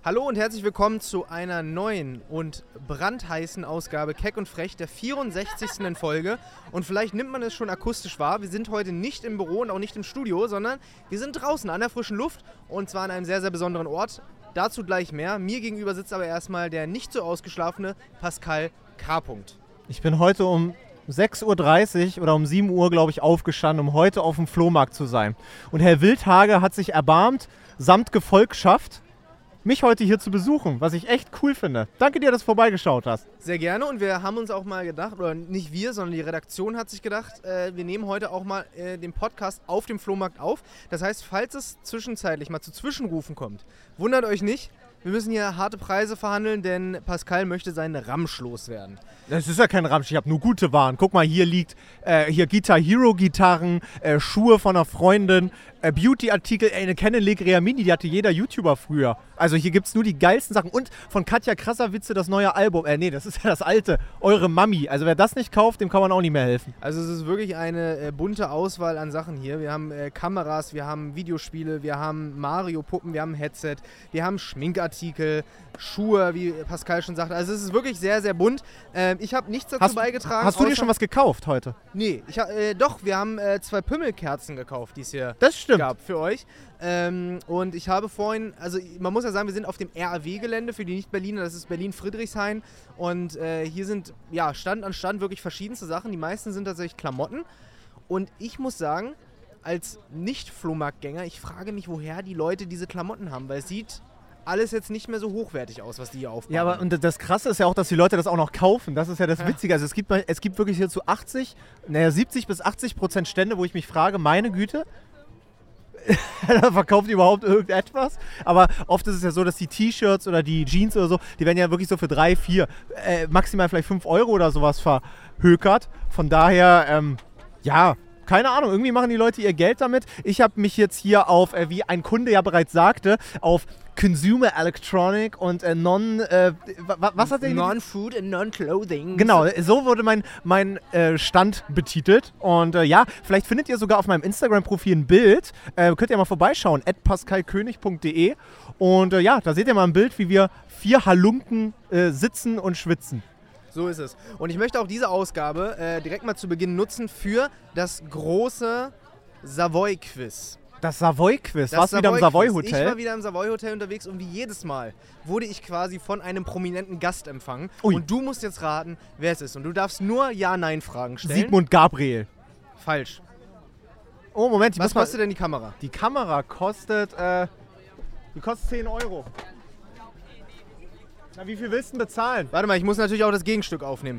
Hallo und herzlich willkommen zu einer neuen und brandheißen Ausgabe Keck und Frech, der 64. in Folge. Und vielleicht nimmt man es schon akustisch wahr, wir sind heute nicht im Büro und auch nicht im Studio, sondern wir sind draußen an der frischen Luft und zwar an einem sehr, sehr besonderen Ort. Dazu gleich mehr. Mir gegenüber sitzt aber erstmal der nicht so ausgeschlafene Pascal K. Ich bin heute um 6.30 Uhr oder um 7 Uhr, glaube ich, aufgestanden, um heute auf dem Flohmarkt zu sein. Und Herr Wildhage hat sich erbarmt, samt Gefolgschaft, mich heute hier zu besuchen, was ich echt cool finde. Danke dir, dass du vorbeigeschaut hast. Sehr gerne und wir haben uns auch mal gedacht, oder nicht wir, sondern die Redaktion hat sich gedacht, wir nehmen heute auch mal den Podcast auf dem Flohmarkt auf. Das heißt, falls es zwischenzeitlich mal zu Zwischenrufen kommt, wundert euch nicht, wir müssen hier harte Preise verhandeln, denn Pascal möchte seinen Ramsch loswerden. Das ist ja kein Ramsch, ich habe nur gute Waren. Guck mal, hier liegt Guitar Hero Gitarren, Schuhe von einer Freundin, Beauty-Artikel, eine Canon Legria Mini, die hatte jeder YouTuber früher. Also hier gibt es nur die geilsten Sachen. Und von Katja Krasavice das neue Album. Nee, das ist ja das alte, Eure Mami. Also wer das nicht kauft, dem kann man auch nicht mehr helfen. Also es ist wirklich eine bunte Auswahl an Sachen hier. Wir haben Kameras, wir haben Videospiele, wir haben Mario-Puppen, wir haben ein Headset, wir haben Schminkartikel, Schuhe, wie Pascal schon sagte. Also es ist wirklich sehr, sehr bunt. Ich habe nichts dazu beigetragen. Hast du dir schon was gekauft heute? Nee, doch, wir haben 2 Pümmelkerzen gekauft, die es hier gab für euch. Und ich habe vorhin, also man muss ja sagen, wir sind auf dem RAW-Gelände für die Nicht-Berliner, das ist Berlin-Friedrichshain. Und hier sind ja Stand an Stand wirklich verschiedenste Sachen. Die meisten sind tatsächlich Klamotten. Und ich muss sagen, als Nicht-Flohmarktgänger, ich frage mich, woher die Leute diese Klamotten haben, weil es sieht alles jetzt nicht mehr so hochwertig aus, was die hier aufbauen. Ja, aber und das Krasse ist ja auch, dass die Leute das auch noch kaufen. Das ist ja das Witzige. Also es gibt wirklich hier zu 70 bis 80% Stände, wo ich mich frage, meine Güte, verkauft überhaupt irgendetwas? Aber oft ist es ja so, dass die T-Shirts oder die Jeans oder so, die werden ja wirklich so für 3, 4, maximal vielleicht 5 Euro oder sowas verhökert. Von daher, ja, keine Ahnung, irgendwie machen die Leute ihr Geld damit. Ich habe mich jetzt hier auf, wie ein Kunde ja bereits sagte, auf Consumer Electronic und was hat der? Non-Food and Non-Clothing. Genau, so wurde mein Stand betitelt. Und ja, vielleicht findet ihr sogar auf meinem Instagram-Profil ein Bild. Könnt ihr mal vorbeischauen, @pascalkönig.de. Und ja, da seht ihr mal ein Bild, wie wir 4 Halunken sitzen und schwitzen. So ist es. Und ich möchte auch diese Ausgabe direkt mal zu Beginn nutzen für das große Savoy-Quiz. Das Savoy-Quiz? Warst du wieder im Savoy-Hotel? Ich war wieder im Savoy-Hotel unterwegs und wie jedes Mal wurde ich quasi von einem prominenten Gast empfangen. Ui. Und du musst jetzt raten, wer es ist. Und du darfst nur Ja-Nein-Fragen stellen. Sigmund Gabriel. Falsch. Oh, Moment. Was kostet denn die Kamera? Die Kamera kostet, die kostet 10 Euro. Na, wie viel willst du denn bezahlen? Warte mal, ich muss natürlich auch das Gegenstück aufnehmen.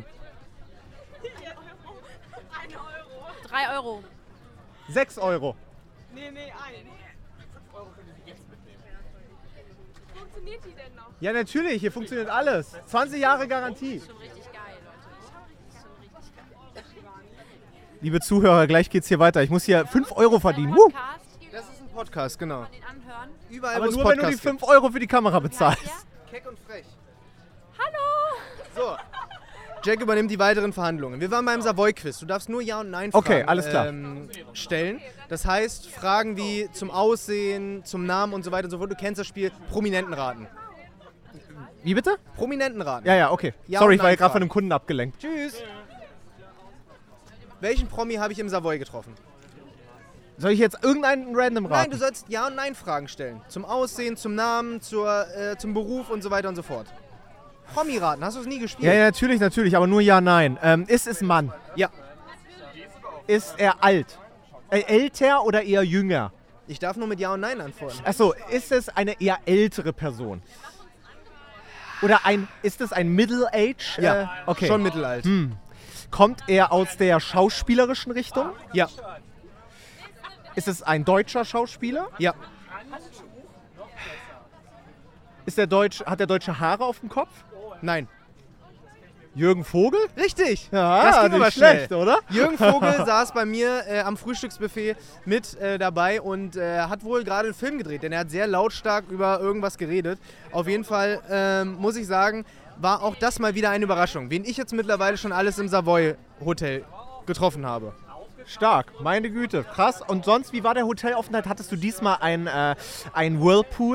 1 Euro. 3 Euro. 6 Euro. Nee, 1. 5 Euro können Sie jetzt mitnehmen. Funktioniert die denn noch? Ja, natürlich. Hier funktioniert alles. 20 Jahre Garantie. Das ist schon richtig geil, Leute. Das ist schon richtig geil. Liebe Zuhörer, gleich geht's hier weiter. Ich muss hier 5 Euro verdienen. Das ist ein Podcast, genau. Den anhören. Überall, Aber wo es nur, wenn du Podcasts die 5 Euro für die Kamera bezahlst. gibt. Keck und frech. Hallo! So, Jack übernimmt die weiteren Verhandlungen. Wir waren beim Savoy-Quiz. Du darfst nur Ja- und Nein-Fragen Okay, alles klar. Stellen. Das heißt, Fragen wie zum Aussehen, zum Namen und so weiter und so fort. Du kennst das Spiel Prominentenraten. Wie bitte? Prominentenraten. Ja, okay. Ja Sorry, und ich war Nein hier gerade von fragen. einem Kunden abgelenkt. Tschüss. Welchen Promi habe ich im Savoy getroffen? Soll ich jetzt irgendeinen random raten? Nein, du sollst Ja- und Nein-Fragen stellen. Zum Aussehen, zum Namen, zum Beruf und so weiter und so fort. Promi-Raten, hast du es nie gespielt? Ja, natürlich, aber nur ja, nein. Ist es Mann? Ja. Ist er alt? Älter oder eher jünger? Ich darf nur mit Ja und Nein antworten. Achso, ist es eine eher ältere Person? Oder ist es ein Middle Age? Ja, okay. schon mittelalt. Kommt er aus der schauspielerischen Richtung? Ja, Ist es ein deutscher Schauspieler? ja. Hat der deutsche Haare auf dem Kopf? Nein. Jürgen Vogel? Richtig. Ja, das ging nicht aber schnell. schlecht, oder? Jürgen Vogel saß bei mir am Frühstücksbuffet mit dabei und hat wohl gerade einen Film gedreht, denn er hat sehr lautstark über irgendwas geredet. Auf jeden Fall muss ich sagen, war auch das mal wieder eine Überraschung, wen ich jetzt mittlerweile schon alles im Savoy Hotel getroffen habe. Stark, meine Güte, krass. Und sonst, wie war der Hotelaufenthalt? Hattest du diesmal ein Whirlpool?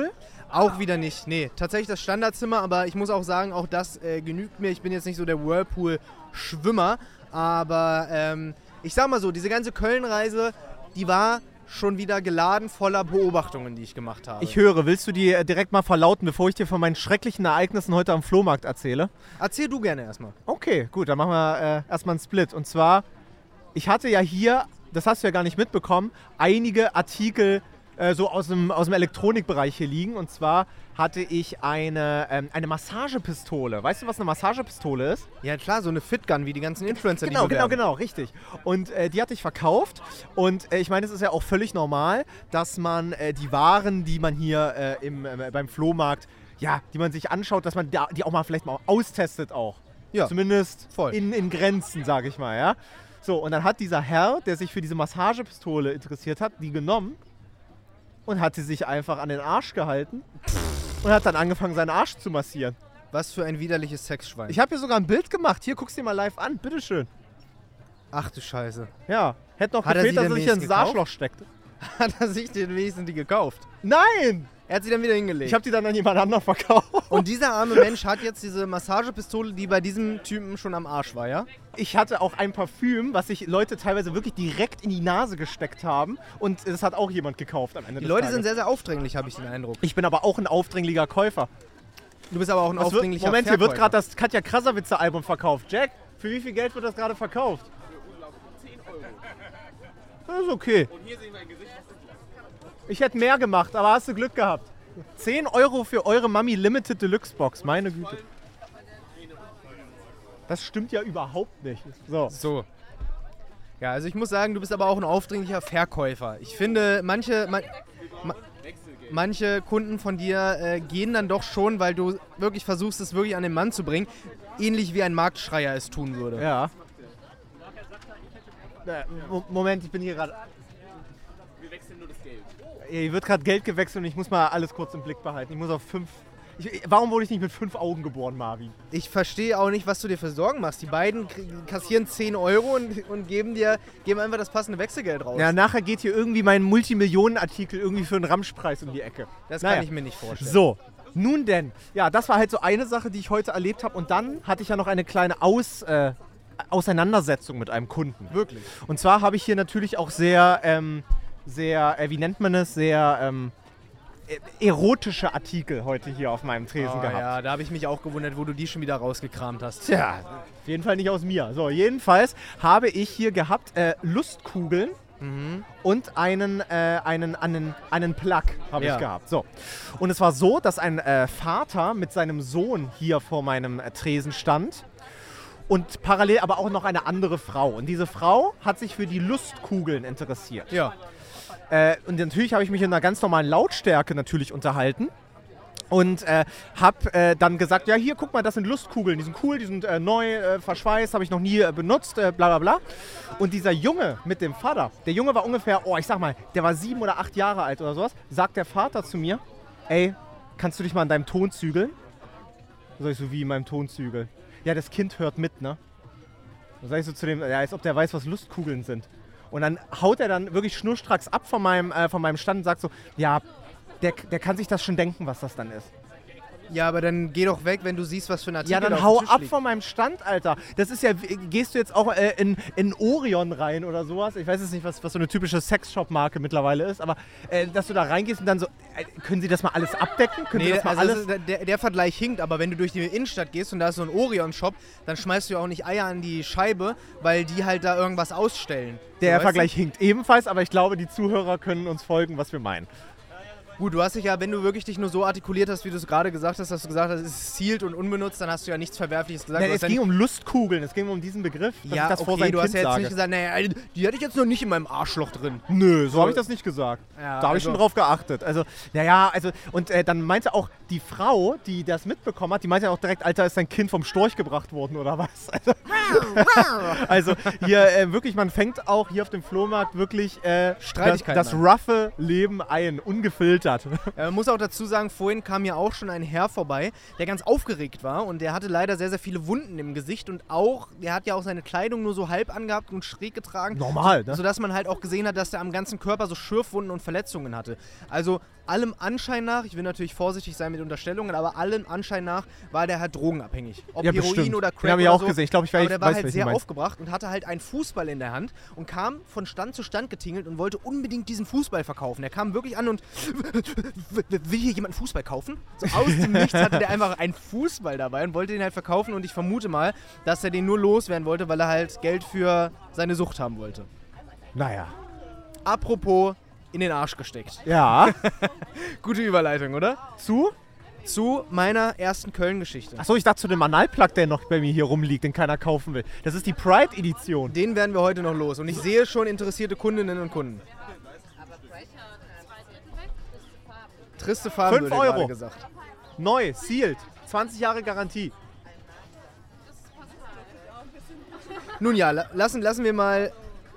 Auch wieder nicht. Nee, tatsächlich das Standardzimmer, aber ich muss auch sagen, auch das genügt mir. Ich bin jetzt nicht so der Whirlpool-Schwimmer, aber ich sag mal so, diese ganze Köln-Reise, die war schon wieder geladen voller Beobachtungen, die ich gemacht habe. Ich höre, willst du die direkt mal verlauten, bevor ich dir von meinen schrecklichen Ereignissen heute am Flohmarkt erzähle? Erzähl du gerne erstmal. Okay, gut, dann machen wir erstmal einen Split. Und zwar, ich hatte ja hier, das hast du ja gar nicht mitbekommen, einige Artikel so aus dem Elektronikbereich hier liegen. Und zwar hatte ich eine Massagepistole. Weißt du, was eine Massagepistole ist? Ja klar, so eine Fitgun, wie die ganzen Influencer, die Genau, richtig. Und die hatte ich verkauft. Und ich meine, es ist ja auch völlig normal, dass man die Waren, die man hier beim Flohmarkt, ja, die man sich anschaut, dass man die auch mal vielleicht mal austestet auch. Ja, zumindest voll. In Grenzen, sage ich mal, ja. So, und dann hat dieser Herr, der sich für diese Massagepistole interessiert hat, die genommen und hat sie sich einfach an den Arsch gehalten und hat dann angefangen, seinen Arsch zu massieren. Was für ein widerliches Sexschwein. Ich habe hier sogar ein Bild gemacht. Hier, guck's dir mal live an. Bitteschön. Ach du Scheiße. Ja, hätte noch Hat er gefehlt, sie dass denn er sich ins wenigstens gekauft? Arschloch steckte. Hat er sich den wenigstens die gekauft? Nein! Er hat sie dann wieder hingelegt. Ich habe die dann an jemand anderen verkauft. Und dieser arme Mensch hat jetzt diese Massagepistole, die bei diesem Typen schon am Arsch war, ja? Ich hatte auch ein Parfüm, was sich Leute teilweise wirklich direkt in die Nase gesteckt haben. Und das hat auch jemand gekauft am Ende Die des Leute Tages. sind sehr, sehr aufdringlich, habe ich den Eindruck. Ich bin aber auch ein aufdringlicher Käufer. Du bist aber auch ein aufdringlicher Moment, hier wird Verkäufer. gerade das Katja Krasavice Album verkauft. Jack, für wie viel Geld wird das gerade verkauft? 10 Euro. Das ist okay. Und hier sehen wir ein Gesicht, was ist das? Ich hätte mehr gemacht, aber hast du Glück gehabt. 10 Euro für eure Mami Limited Deluxe Box, meine Güte. Das stimmt ja überhaupt nicht. So. Ja, also ich muss sagen, du bist aber auch ein aufdringlicher Verkäufer. Ich finde, manche Kunden von dir gehen dann doch schon, weil du wirklich versuchst, es wirklich an den Mann zu bringen. Ähnlich wie ein Marktschreier es tun würde. Ja. Moment, ich bin hier gerade. Wir wechseln nur das Geld. Hier wird gerade Geld gewechselt und ich muss mal alles kurz im Blick behalten. Ich muss auf 5. Warum wurde ich nicht mit 5 Augen geboren, Marvin? Ich verstehe auch nicht, was du dir für Sorgen machst. Die beiden kassieren 10 Euro und geben einfach das passende Wechselgeld raus. Ja, nachher geht hier irgendwie mein Multimillionenartikel irgendwie für einen Ramschpreis um die Ecke. Das kann ich mir nicht vorstellen. So, nun denn. Ja, das war halt so eine Sache, die ich heute erlebt habe. Und dann hatte ich ja noch eine kleine Auseinandersetzung mit einem Kunden. Wirklich. Und zwar habe ich hier natürlich auch sehr, wie nennt man es, sehr erotische Artikel heute hier auf meinem Tresen gehabt. Ja, da habe ich mich auch gewundert, wo du die schon wieder rausgekramt hast. Tja, auf jeden Fall nicht aus mir. So, jedenfalls habe ich hier gehabt Lustkugeln und einen Plug habe ich gehabt. So. Und es war so, dass ein Vater mit seinem Sohn hier vor meinem Tresen stand und parallel aber auch noch eine andere Frau. Und diese Frau hat sich für die Lustkugeln interessiert. Ja. Und natürlich habe ich mich in einer ganz normalen Lautstärke natürlich unterhalten und habe dann gesagt, ja hier, guck mal, das sind Lustkugeln, die sind cool, die sind neu, verschweißt, habe ich noch nie benutzt, bla bla bla. Und dieser Junge mit dem Vater, der Junge war ungefähr, ich sag mal, der war 7 oder 8 Jahre alt oder sowas, sagt der Vater zu mir, ey, kannst du dich mal an deinem Ton zügeln? Da sag ich so, wie in meinem Ton zügeln? Ja, das Kind hört mit, ne? Da sag ich so zu dem, ja, als ob der weiß, was Lustkugeln sind. Und dann haut er dann wirklich schnurstracks ab von meinem Stand und sagt so, ja, der kann sich das schon denken, was das dann ist. Ja, aber dann geh doch weg, wenn du siehst, was für ein Artikel Ja, dann da hau auf dem Tisch ab liegt. von meinem Stand, Alter. Das ist ja, gehst du jetzt auch in Orion rein oder sowas? Ich weiß jetzt nicht, was so eine typische Sexshop-Marke mittlerweile ist, aber dass du da reingehst und dann so, können Sie das mal alles abdecken? Können Sie Nee, das mal also alles... der Vergleich hinkt, aber wenn du durch die Innenstadt gehst und da ist so ein Orion-Shop, dann schmeißt du ja auch nicht Eier an die Scheibe, weil die halt da irgendwas ausstellen. Der So, Vergleich hinkt ebenfalls, aber ich glaube, die Zuhörer können uns folgen, was wir meinen. Gut, du hast dich ja, wenn du wirklich dich nur so artikuliert hast, wie du es gerade gesagt hast, dass du gesagt hast, es ist sealed und unbenutzt, dann hast du ja nichts Verwerfliches gesagt. Nein, es ging um Lustkugeln, es ging um diesen Begriff, dass ja, ich das vor okay, seinem du hast Kind ja jetzt sage. nicht gesagt, naja, die hatte ich jetzt noch nicht in meinem Arschloch drin. Nö, so habe ich das nicht gesagt. Ja, da habe ich schon drauf geachtet. Also, und dann meinte auch die Frau, die das mitbekommen hat, die meinte ja auch direkt, Alter, ist dein Kind vom Storch gebracht worden oder was? Also hier wirklich, man fängt auch hier auf dem Flohmarkt wirklich Streitigkeiten das an. roughe Leben ein, ungefiltert. Man muss auch dazu sagen, vorhin kam ja auch schon ein Herr vorbei, der ganz aufgeregt war und der hatte leider sehr, sehr viele Wunden im Gesicht und auch, der hat ja auch seine Kleidung nur so halb angehabt und schräg getragen. Normal, ne? Sodass man halt auch gesehen hat, dass der am ganzen Körper so Schürfwunden und Verletzungen hatte. Also allem Anschein nach, ich will natürlich vorsichtig sein mit Unterstellungen, aber allem Anschein nach war der halt drogenabhängig. Ob Ja, Heroin bestimmt. oder Crack Den habe ich oder auch so. gesehen. Ich glaube, ich Aber der war weiß, halt welchen sehr du meinst. aufgebracht und hatte halt einen Fußball in der Hand und kam von Stand zu Stand getingelt und wollte unbedingt diesen Fußball verkaufen. Er kam wirklich an und will hier jemand einen Fußball kaufen? So aus dem Nichts hatte der einfach einen Fußball dabei und wollte den halt verkaufen und ich vermute mal, dass er den nur loswerden wollte, weil er halt Geld für seine Sucht haben wollte. Naja. Apropos in den Arsch gesteckt. Ja. Gute Überleitung, oder? Zu meiner ersten Köln-Geschichte. Achso, ich dachte zu dem Analplug, der noch bei mir hier rumliegt, den keiner kaufen will. Das ist die Pride-Edition. Den werden wir heute noch los und ich sehe schon interessierte Kundinnen und Kunden. Triste Farben 5 würde Euro. gerade gesagt. Neu, sealed. 20 Jahre Garantie. Nun ja, lassen wir mal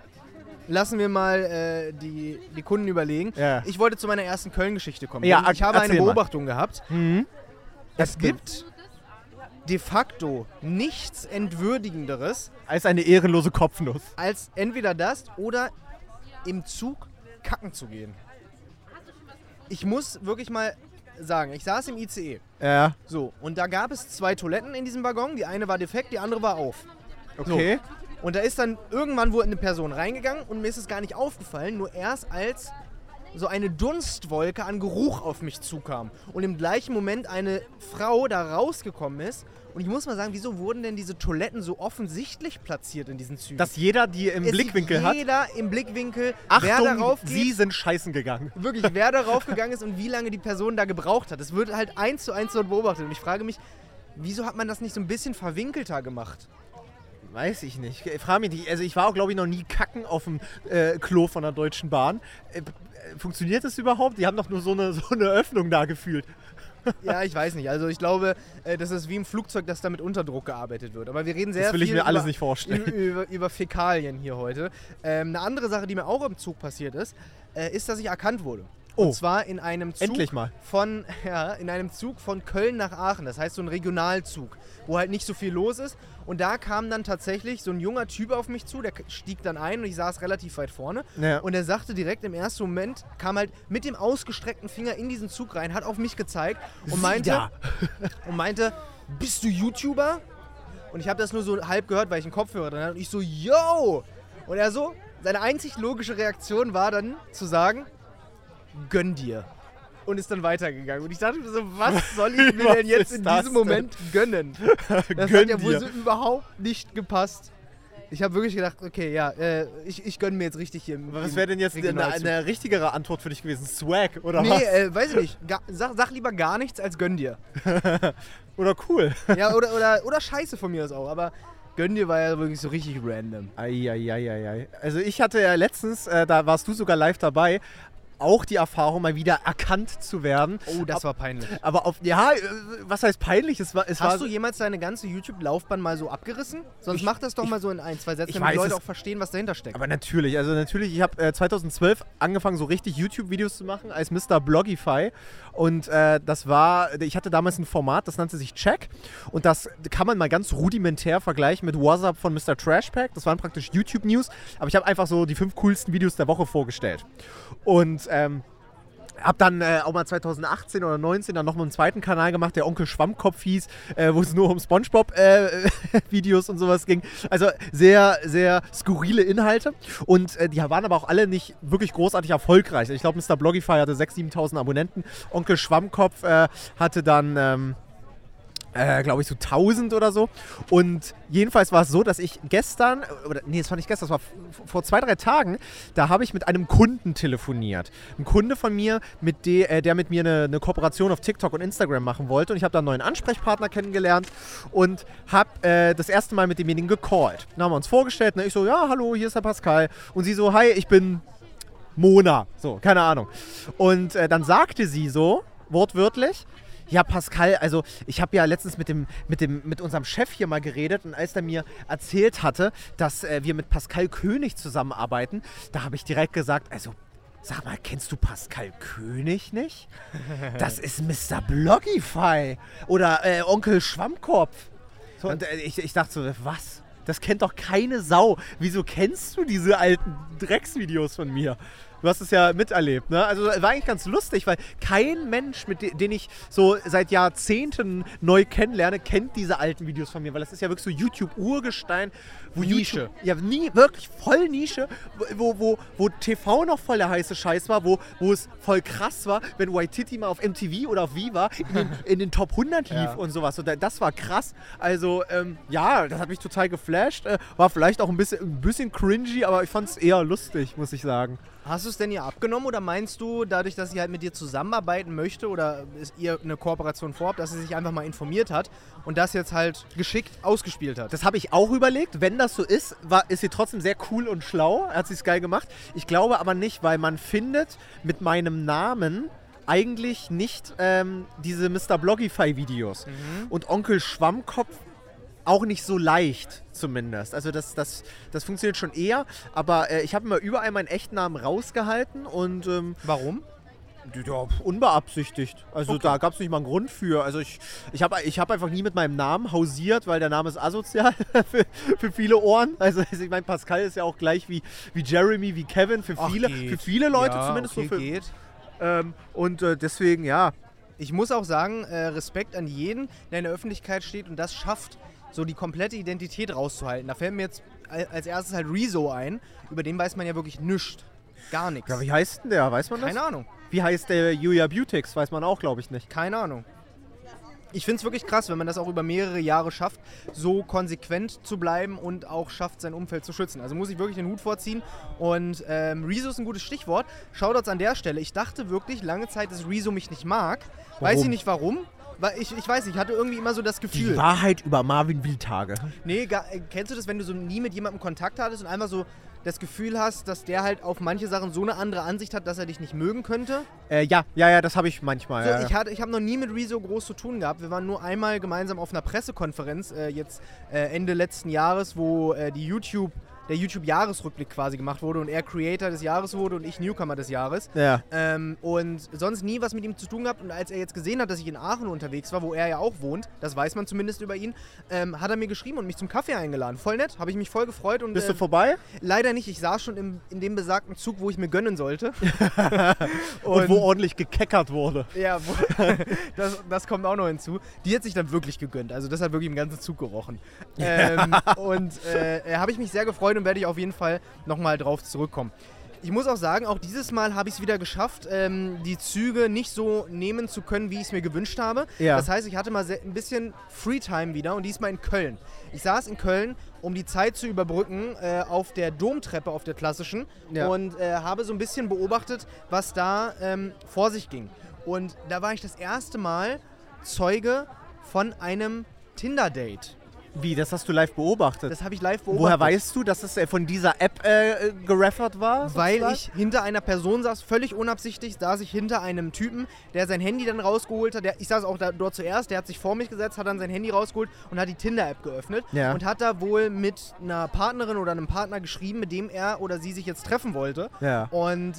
die Kunden überlegen. Ja. Ich wollte zu meiner ersten Köln-Geschichte kommen. Ja, Ich habe eine erzähl mal. Beobachtung gehabt. Mhm. Es gibt de facto nichts Entwürdigenderes, Als eine ehrenlose Kopfnuss. als entweder das oder im Zug kacken zu gehen. Ich muss wirklich mal sagen, ich saß im ICE. Ja. So, und da gab es 2 Toiletten in diesem Waggon. Die eine war defekt, die andere war auf. Okay. Und da ist dann irgendwann wohl eine Person reingegangen und mir ist es gar nicht aufgefallen, nur erst als so eine Dunstwolke an Geruch auf mich zukam. Und im gleichen Moment eine Frau da rausgekommen ist. Und ich muss mal sagen, wieso wurden denn diese Toiletten so offensichtlich platziert in diesen Zügen? Dass jeder die im Blickwinkel hat. Jeder im Blickwinkel, wer Achtung, darauf geht, Sie sind scheißen gegangen. wirklich, wer darauf gegangen ist und wie lange die Person da gebraucht hat. Es wird halt 1:1 dort beobachtet. Und ich frage mich, wieso hat man das nicht so ein bisschen verwinkelter gemacht? Weiß ich nicht. Ich frage mich nicht. Also ich war auch, glaube ich, noch nie kacken auf dem Klo von der Deutschen Bahn. Funktioniert das überhaupt? Die haben doch nur so eine Öffnung da gefühlt. Ja, ich weiß nicht. Also ich glaube, das ist wie im Flugzeug, dass da mit Unterdruck gearbeitet wird. Aber wir reden sehr Das will ich viel mir alles nicht vorstellen. über Fäkalien hier heute. Eine andere Sache, die mir auch im Zug passiert ist, dass ich erkannt wurde. Oh. Und zwar in einem Zug Endlich mal. von Köln nach Aachen. Das heißt so ein Regionalzug, wo halt nicht so viel los ist. Und da kam dann tatsächlich so ein junger Typ auf mich zu, der stieg dann ein und ich saß relativ weit vorne. Ja. Und er sagte direkt im ersten Moment, kam halt mit dem ausgestreckten Finger in diesen Zug rein, hat auf mich gezeigt und meinte, bist du YouTuber? Und ich habe das nur so halb gehört, weil ich einen Kopfhörer drin hatte. Und ich so, yo! Und er so, seine einzig logische Reaktion war dann zu sagen, gönn dir. Und ist dann weitergegangen. Und ich dachte mir so, was soll ich mir Was denn jetzt ist in das diesem Moment gönnen? Das Gönn hat ja wohl dir. so überhaupt nicht gepasst. Ich habe wirklich gedacht, okay, ja, ich gönne mir jetzt richtig hier. Was wäre denn jetzt eine richtigere Antwort für dich gewesen? Swag oder Nee, was? weiß ich nicht. Sag lieber gar nichts als gönn dir. Oder cool. Ja, oder Scheiße von mir aus auch. Aber gönn dir war ja wirklich so richtig random. Eieieiei. Also ich hatte ja letztens, da warst du sogar live dabei, auch die Erfahrung, mal wieder erkannt zu werden. Oh, das war peinlich. Aber was heißt peinlich? Hast du jemals deine ganze YouTube-Laufbahn mal so abgerissen? Sonst mach das doch mal so in 1, 2 Sätzen, ich damit die weiß Leute es. auch verstehen, was dahinter steckt. Aber natürlich, ich habe 2012 angefangen, so richtig YouTube-Videos zu machen als Mr. Blogify. Und ich hatte damals ein Format, das nannte sich Check. Und das kann man mal ganz rudimentär vergleichen mit WhatsApp von Mr. Trashpack. Das waren praktisch YouTube-News. Aber ich habe einfach so die 5 coolsten Videos der Woche vorgestellt. Und hab dann auch mal 2018 oder 2019 dann nochmal einen zweiten Kanal gemacht, der Onkel Schwammkopf hieß, wo es nur um Spongebob-Videos und sowas ging. Also sehr, sehr skurrile Inhalte. Und die waren aber auch alle nicht wirklich großartig erfolgreich. Ich glaube, Mr. Blogify hatte 6.000, 7.000 Abonnenten. Onkel Schwammkopf hatte dann glaube ich, so 1000 oder so. Und jedenfalls war es so, dass ich gestern, es war nicht gestern, das war vor 2, 3 Tagen, da habe ich mit einem Kunden telefoniert. Ein Kunde von mir, der mit mir eine Kooperation auf TikTok und Instagram machen wollte. Und ich habe da einen neuen Ansprechpartner kennengelernt und habe das erste Mal mit demjenigen gecallt. Dann haben wir uns vorgestellt. Ne? Ich so, ja, hallo, hier ist der Pascal. Und sie so, hi, ich bin Mona. So, keine Ahnung. Und dann sagte sie so, wortwörtlich, ja, Pascal, also ich habe ja letztens mit unserem Chef hier mal geredet und als er mir erzählt hatte, dass wir mit Pascal König zusammenarbeiten, da habe ich direkt gesagt, also sag mal, kennst du Pascal König nicht? Das ist Mr. Blogify oder Onkel Schwammkopf. So, und ich dachte so, was? Das kennt doch keine Sau. Wieso kennst du diese alten Drecksvideos von mir? Du hast es ja miterlebt, ne? Also war eigentlich ganz lustig, weil kein Mensch, den ich so seit Jahrzehnten neu kennenlerne, kennt diese alten Videos von mir, weil das ist ja wirklich so YouTube-Urgestein. Nische. Ja, wirklich voll Nische, wo TV noch voll der heiße Scheiß war, wo es voll krass war, wenn Waititi mal auf MTV oder auf Viva in den Top 100 lief und sowas. Und das war krass. Also, ja, das hat mich total geflasht. War vielleicht auch ein bisschen cringy, aber ich fand es eher lustig, muss ich sagen. Hast du es denn ihr abgenommen oder meinst du, dadurch, dass sie halt mit dir zusammenarbeiten möchte oder ihr eine Kooperation vorhabt, dass sie sich einfach mal informiert hat und das jetzt halt geschickt ausgespielt hat? Das habe ich auch überlegt. Wenn das so ist, ist sie trotzdem sehr cool und schlau. Hat sie es geil gemacht. Ich glaube aber nicht, weil man findet mit meinem Namen eigentlich nicht diese Mr. Blogify-Videos. Und Onkel Schwammkopf auch nicht so leicht zumindest. Also das funktioniert schon eher, aber ich habe immer überall meinen echten Namen rausgehalten und warum? Ja, unbeabsichtigt. Also da gab es nicht mal einen Grund für. Also ich hab einfach nie mit meinem Namen hausiert, weil der Name ist asozial für viele Ohren. Also ich meine, Pascal ist ja auch gleich wie Jeremy, wie Kevin, für viele Leute ja, zumindest. Okay, so geht. Und deswegen, ja. Ich muss auch sagen, Respekt an jeden, der in der Öffentlichkeit steht und das schafft, so die komplette Identität rauszuhalten. Da fällt mir jetzt als erstes halt Rezo ein. Über den weiß man ja wirklich nichts. Gar nichts. Ja, wie heißt denn der? Weiß man das? Keine Ahnung. Wie heißt der Julia Beautix? Weiß man auch, glaube ich, nicht. Keine Ahnung. Ich finde es wirklich krass, wenn man das auch über mehrere Jahre schafft, so konsequent zu bleiben und auch schafft, sein Umfeld zu schützen. Also muss ich wirklich den Hut vorziehen. Und Rezo ist ein gutes Stichwort. Shoutouts an der Stelle. Ich dachte wirklich lange Zeit, dass Rezo mich nicht mag. Warum? Weiß ich nicht warum. Weil ich weiß nicht, ich hatte irgendwie immer so das Gefühl. Die Wahrheit über Marvin Wildtage. Nee, kennst du das, wenn du so nie mit jemandem Kontakt hattest und einmal so das Gefühl hast, dass der halt auf manche Sachen so eine andere Ansicht hat, dass er dich nicht mögen könnte? Ja, das habe ich manchmal. So, ja. Ich habe noch nie mit Rezo groß zu tun gehabt. Wir waren nur einmal gemeinsam auf einer Pressekonferenz, Ende letzten Jahres, wo der YouTube-Jahresrückblick quasi gemacht wurde und er Creator des Jahres wurde und ich Newcomer des Jahres. Ja. Und sonst nie was mit ihm zu tun gehabt. Und als er jetzt gesehen hat, dass ich in Aachen unterwegs war, wo er ja auch wohnt, das weiß man zumindest über ihn, hat er mir geschrieben und mich zum Kaffee eingeladen. Voll nett, habe ich mich voll gefreut. Und, Bist du vorbei? Leider nicht, ich saß schon in dem besagten Zug, wo ich mir gönnen sollte. und wo ordentlich gekeckert wurde. Ja, das kommt auch noch hinzu. Die hat sich dann wirklich gegönnt, also das hat wirklich im ganzen Zug gerochen. Habe ich mich sehr gefreut und werde ich auf jeden Fall nochmal drauf zurückkommen. Ich muss auch sagen, auch dieses Mal habe ich es wieder geschafft, die Züge nicht so nehmen zu können, wie ich es mir gewünscht habe. Ja. Das heißt, ich hatte mal ein bisschen Freetime wieder und diesmal in Köln. Ich saß in Köln, um die Zeit zu überbrücken, auf der Domtreppe, auf der klassischen, und habe so ein bisschen beobachtet, was da vor sich ging. Und da war ich das erste Mal Zeuge von einem Tinder-Date. Wie, das hast du live beobachtet? Das habe ich live beobachtet. Woher weißt du, dass es von dieser App geraffert war? Weil ich hinter einer Person saß, völlig unabsichtlich saß ich hinter einem Typen, der sein Handy dann rausgeholt hat. Ich saß auch dort zuerst, der hat sich vor mich gesetzt, hat dann sein Handy rausgeholt und hat die Tinder-App geöffnet. Ja. Und hat da wohl mit einer Partnerin oder einem Partner geschrieben, mit dem er oder sie sich jetzt treffen wollte. Ja. Und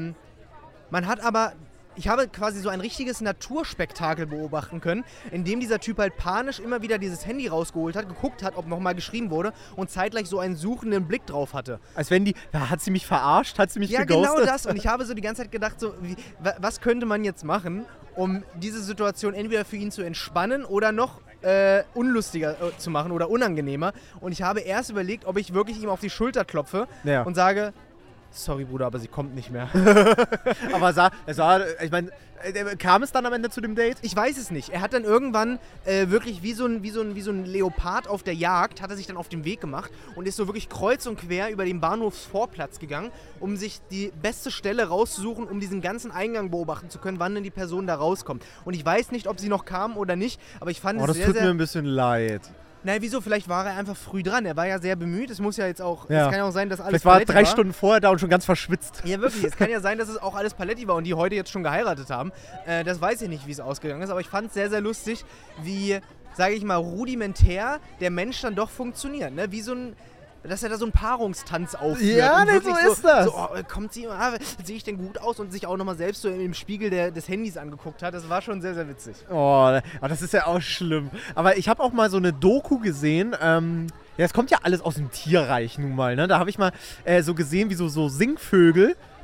man hat aber... Ich habe quasi so ein richtiges Naturspektakel beobachten können, in dem dieser Typ halt panisch immer wieder dieses Handy rausgeholt hat, geguckt hat, ob nochmal geschrieben wurde und zeitgleich so einen suchenden Blick drauf hatte. Als wenn hat sie mich verarscht? Hat sie mich geghostet? Ja, genau das. Und ich habe so die ganze Zeit gedacht, so, was könnte man jetzt machen, um diese Situation entweder für ihn zu entspannen oder noch unlustiger zu machen oder unangenehmer. Und ich habe erst überlegt, ob ich wirklich ihm auf die Schulter klopfe und sage... Sorry, Bruder, aber sie kommt nicht mehr. Aber ich meine, kam es dann am Ende zu dem Date? Ich weiß es nicht. Er hat dann irgendwann wirklich wie so ein Leopard auf der Jagd, hat er sich dann auf den Weg gemacht und ist so wirklich kreuz und quer über den Bahnhofsvorplatz gegangen, um sich die beste Stelle rauszusuchen, um diesen ganzen Eingang beobachten zu können, wann denn die Person da rauskommt. Und ich weiß nicht, ob sie noch kam oder nicht, aber ich fand es sehr, das tut mir ein bisschen leid. Naja, wieso? Vielleicht war er einfach früh dran. Er war ja sehr bemüht. Es muss ja jetzt auch... Es kann ja auch sein, dass alles Paletti war. Vielleicht war 3 Stunden vorher da und schon ganz verschwitzt. Ja, wirklich. Es kann ja sein, dass es auch alles Paletti war und die heute jetzt schon geheiratet haben. Das weiß ich nicht, wie es ausgegangen ist. Aber ich fand es sehr, sehr lustig, wie, sage ich mal, rudimentär der Mensch dann doch funktioniert. Ne? Wie so ein... Dass er da so einen Paarungstanz aufführt. Ja, ne, so ist das. So, kommt sie, sehe ich denn gut aus? Und sich auch nochmal selbst so im Spiegel des Handys angeguckt hat. Das war schon sehr, sehr witzig. Oh, das ist ja auch schlimm. Aber ich habe auch mal so eine Doku gesehen. Es kommt ja alles aus dem Tierreich nun mal. Ne? Da habe ich mal so gesehen, wie so Singvögel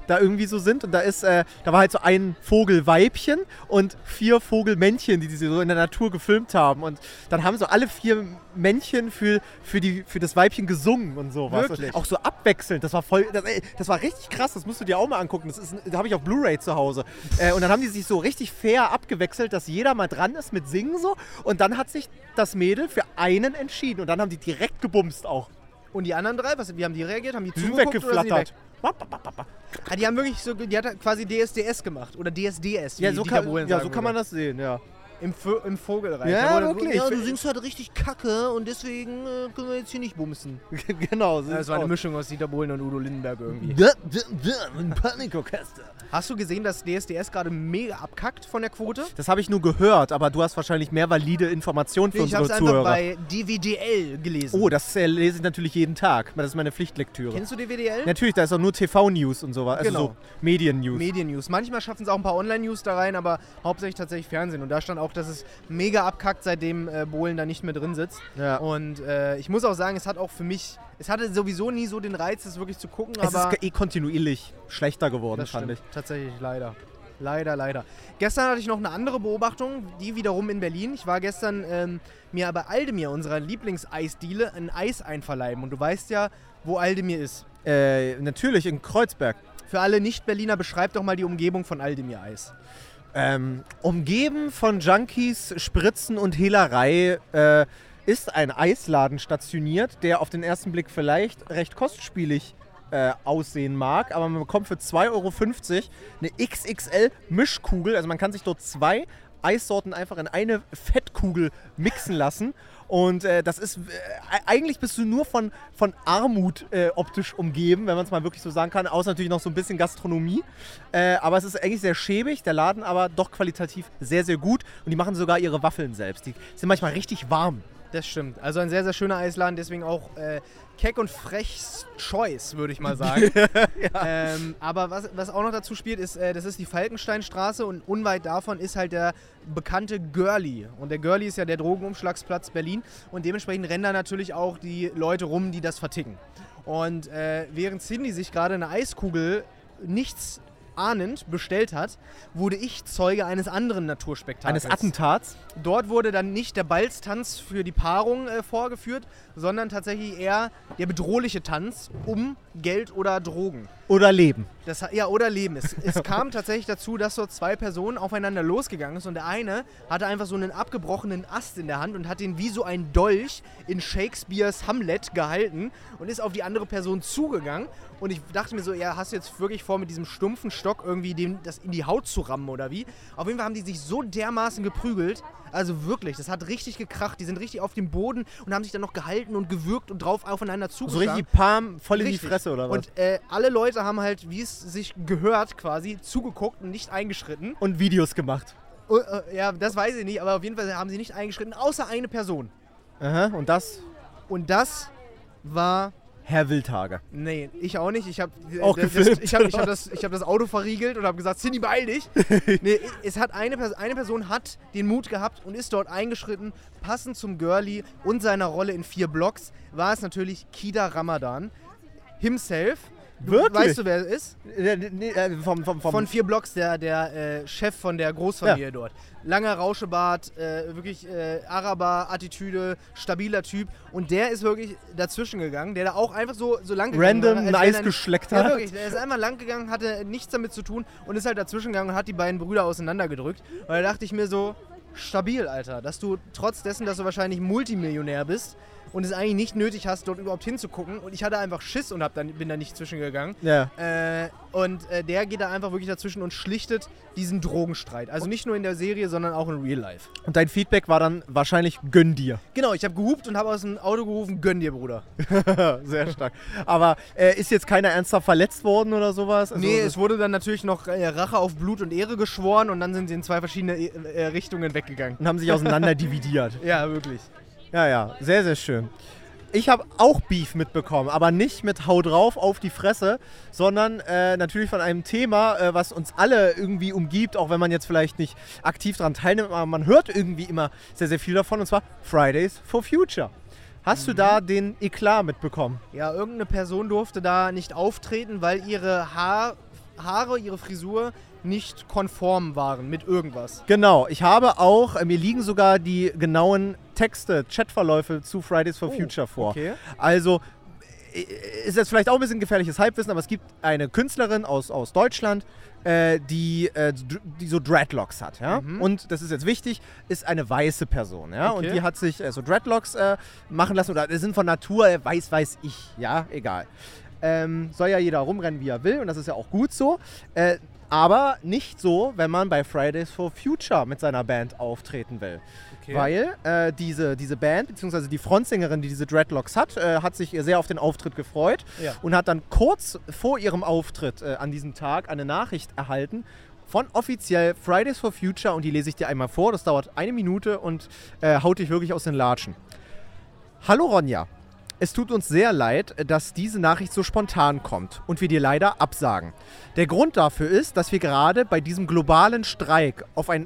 da irgendwie so sind. Und da war halt so ein Vogelweibchen und 4 Vogelmännchen, die sie so in der Natur gefilmt haben. Und dann haben so alle 4 Männchen für das Weibchen gesungen und sowas. Wirklich? Und auch so abwechselnd. Das war richtig krass, das musst du dir auch mal angucken. Da habe ich auf Blu-ray zu Hause. Und dann haben die sich so richtig fair abgewechselt, dass jeder mal dran ist mit Singen so. Und dann hat sich das Mädel für einen entschieden. Und dann haben die direkt gebumst auch. Und die anderen 3, wie haben die reagiert? Haben die Die sind zugeguckt oder sind die weg? weggeflattert. Ah, die haben wirklich so, die hat quasi DSDS gemacht. Oder DSDS, wie Ja, so Dieter Bohlen sagen kann man würde. das sehen, ja. Im Vogelreich. Ja, Da wurde wirklich. Ja, du singst halt richtig kacke und deswegen können wir jetzt hier nicht bumsen. Genau. So Das war eine Mischung aus Dieter Bohlen und Udo Lindenberg irgendwie. Ein Panikorchester. Hast du gesehen, dass DSDS gerade mega abkackt von der Quote? Das habe ich nur gehört, aber du hast wahrscheinlich mehr valide Informationen für Ich habe unsere es einfach Zuhörer. bei DWDL gelesen. Oh, das lese ich natürlich jeden Tag. Das ist meine Pflichtlektüre. Kennst du DWDL? Natürlich, da ist auch nur TV-News und sowas. Also Genau. so Medien-News. Medien-News. Manchmal schaffen es auch ein paar Online-News da rein, aber hauptsächlich tatsächlich Fernsehen. Und da stand auch, dass es mega abkackt, seitdem Bohlen da nicht mehr drin sitzt. Ja. Und ich muss auch sagen, es hat auch für mich, es hatte sowieso nie so den Reiz, das wirklich zu gucken. Es aber ist kontinuierlich schlechter geworden, das fand stimmt. ich. Tatsächlich leider. Leider. Gestern hatte ich noch eine andere Beobachtung, die wiederum in Berlin. Ich war gestern mir bei Aldemir, unserer Lieblingseisdiele, ein Eis einverleiben. Und du weißt ja, wo Aldemir ist. Natürlich in Kreuzberg. Für alle Nicht-Berliner, beschreib doch mal die Umgebung von Aldemir Eis. Umgeben von Junkies, Spritzen und Hehlerei ist ein Eisladen stationiert, der auf den ersten Blick vielleicht recht kostspielig aussehen mag, aber man bekommt für 2,50 € eine XXL-Mischkugel. Also man kann sich dort 2 Eissorten einfach in eine Fettkugel mixen lassen. Und das ist, eigentlich bist du nur von Armut optisch umgeben, wenn man es mal wirklich so sagen kann, außer natürlich noch so ein bisschen Gastronomie. Aber es ist eigentlich sehr schäbig, der Laden aber doch qualitativ sehr, sehr gut. Und die machen sogar ihre Waffeln selbst. Die sind manchmal richtig warm. Das stimmt. Also ein sehr, sehr schöner Eisladen, deswegen auch keck und frechs Choice, würde ich mal sagen. Ja. Aber was auch noch dazu spielt, ist, das ist die Falkensteinstraße und unweit davon ist halt der bekannte Görli. Und der Görli ist ja der Drogenumschlagsplatz Berlin und dementsprechend rennen da natürlich auch die Leute rum, die das verticken. Und während Cindy sich gerade eine Eiskugel nichts ahnend bestellt hat, wurde ich Zeuge eines anderen Naturspektakels. Eines Attentats? Dort wurde dann nicht der Balztanz für die Paarung vorgeführt, sondern tatsächlich eher der bedrohliche Tanz um Geld oder Drogen. Oder Leben. Oder Leben. Es kam tatsächlich dazu, dass dort 2 Personen aufeinander losgegangen sind und der eine hatte einfach so einen abgebrochenen Ast in der Hand und hat den wie so ein Dolch in Shakespeares Hamlet gehalten und ist auf die andere Person zugegangen und ich dachte mir so, ja, hast du jetzt wirklich vor, mit diesem stumpfen Stock irgendwie das in die Haut zu rammen oder wie? Auf jeden Fall haben die sich so dermaßen geprügelt, also wirklich, das hat richtig gekracht, die sind richtig auf dem Boden und haben sich dann noch gehalten und gewürgt und drauf aufeinander So zugeschlagen. richtig Palm voll in die Richtig. Fresse oder was? Und alle Leute haben halt, wie es sich gehört quasi, zugeguckt und nicht eingeschritten. Und Videos gemacht. Ja, das weiß ich nicht, aber auf jeden Fall haben sie nicht eingeschritten, außer eine Person. Aha, und das? Und das war... Herr Wildhage. Nee, ich auch nicht. Ich habe gefilmt, ich hab das Auto verriegelt und habe gesagt, Cindy, beeil dich. Nee, es hat eine Person hat den Mut gehabt und ist dort eingeschritten. Passend zum Girlie und seiner Rolle in 4 Blocks war es natürlich Kida Ramadan himself. Wirklich? Weißt du, wer es ist? Von 4 Blocks, der Chef von der Großfamilie dort. Langer Rauschebart, wirklich Araber-Attitüde, stabiler Typ. Und der ist wirklich dazwischen gegangen, der da auch einfach so lang gegangen random war, Eis geschleckt Ja, hat. wirklich. Der ist einmal lang gegangen, hatte nichts damit zu tun und ist halt dazwischen gegangen und hat die beiden Brüder auseinandergedrückt. Und da dachte ich mir so, stabil, Alter, dass du trotz dessen, dass du wahrscheinlich Multimillionär bist und es eigentlich nicht nötig hast, dort überhaupt hinzugucken. Und ich hatte einfach Schiss und bin da nicht zwischengegangen. Ja. Der geht da einfach wirklich dazwischen und schlichtet diesen Drogenstreit. Also nicht nur in der Serie, sondern auch in Real Life. Und dein Feedback war dann wahrscheinlich, gönn dir. Genau, ich habe gehupt und habe aus dem Auto gerufen, gönn dir, Bruder. Sehr stark. Aber ist jetzt keiner ernsthaft verletzt worden oder sowas? Also, Nee, es wurde dann natürlich noch Rache auf Blut und Ehre geschworen und dann sind sie in 2 verschiedene Richtungen weggegangen. und haben sich auseinander dividiert. Ja, wirklich. Ja, sehr, sehr schön. Ich habe auch Beef mitbekommen, aber nicht mit Hau drauf auf die Fresse, sondern natürlich von einem Thema, was uns alle irgendwie umgibt, auch wenn man jetzt vielleicht nicht aktiv daran teilnimmt, aber man hört irgendwie immer sehr, sehr viel davon, und zwar Fridays for Future. Hast du da den Eklat mitbekommen? Ja, irgendeine Person durfte da nicht auftreten, weil ihre Haare, ihre Frisur nicht konform waren mit irgendwas. Genau, ich habe auch, mir liegen sogar die genauen Texte, Chatverläufe zu Fridays for Future vor. Okay. Also ist jetzt vielleicht auch ein bisschen gefährliches Halbwissen, aber es gibt eine Künstlerin aus Deutschland, die so Dreadlocks hat. Ja? Und, das ist jetzt wichtig, ist eine weiße Person. Ja? Okay. Und die hat sich so Dreadlocks machen lassen, oder sind von Natur, weiß ich, ja, egal. Soll ja jeder rumrennen, wie er will, und das ist ja auch gut so. Aber nicht so, wenn man bei Fridays for Future mit seiner Band auftreten will. Okay. Weil diese Band, beziehungsweise die Frontsängerin, die diese Dreadlocks hat sich sehr auf den Auftritt gefreut und hat dann kurz vor ihrem Auftritt an diesem Tag eine Nachricht erhalten von offiziell Fridays for Future, und die lese ich dir einmal vor. Das dauert 1 Minute und haut dich wirklich aus den Latschen. Hallo Ronja. Es tut uns sehr leid, dass diese Nachricht so spontan kommt und wir dir leider absagen. Der Grund dafür ist, dass wir gerade bei diesem globalen Streik auf ein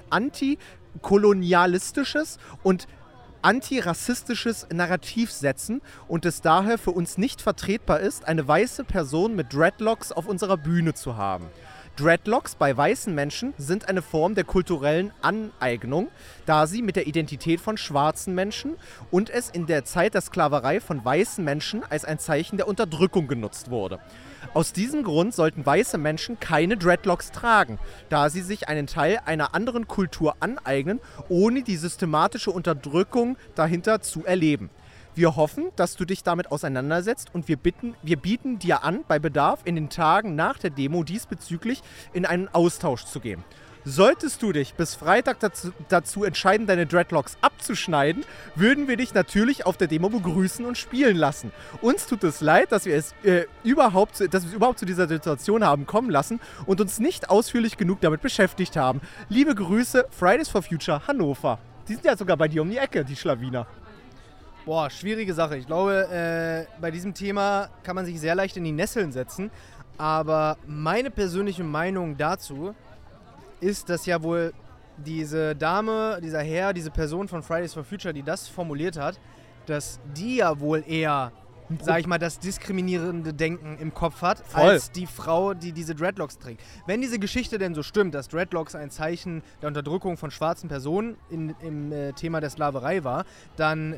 antikolonialistisches und antirassistisches Narrativ setzen und es daher für uns nicht vertretbar ist, eine weiße Person mit Dreadlocks auf unserer Bühne zu haben. Dreadlocks bei weißen Menschen sind eine Form der kulturellen Aneignung, da sie mit der Identität von schwarzen Menschen und es in der Zeit der Sklaverei von weißen Menschen als ein Zeichen der Unterdrückung genutzt wurde. Aus diesem Grund sollten weiße Menschen keine Dreadlocks tragen, da sie sich einen Teil einer anderen Kultur aneignen, ohne die systematische Unterdrückung dahinter zu erleben. Wir hoffen, dass du dich damit auseinandersetzt, und wir bieten dir an, bei Bedarf in den Tagen nach der Demo diesbezüglich in einen Austausch zu gehen. Solltest du dich bis Freitag dazu entscheiden, deine Dreadlocks abzuschneiden, würden wir dich natürlich auf der Demo begrüßen und spielen lassen. Uns tut es leid, dass wir es überhaupt zu dieser Situation haben kommen lassen und uns nicht ausführlich genug damit beschäftigt haben. Liebe Grüße, Fridays for Future Hannover. Die sind ja sogar bei dir um die Ecke, die Schlawiner. Boah, schwierige Sache. Ich glaube, bei diesem Thema kann man sich sehr leicht in die Nesseln setzen. Aber meine persönliche Meinung dazu ist, dass ja wohl diese Dame, dieser Herr, diese Person von Fridays for Future, die das formuliert hat, dass die ja wohl eher, sag ich mal, das diskriminierende Denken im Kopf hat, als die Frau, die diese Dreadlocks trägt. Wenn diese Geschichte denn so stimmt, dass Dreadlocks ein Zeichen der Unterdrückung von schwarzen Personen im Thema der Sklaverei war, dann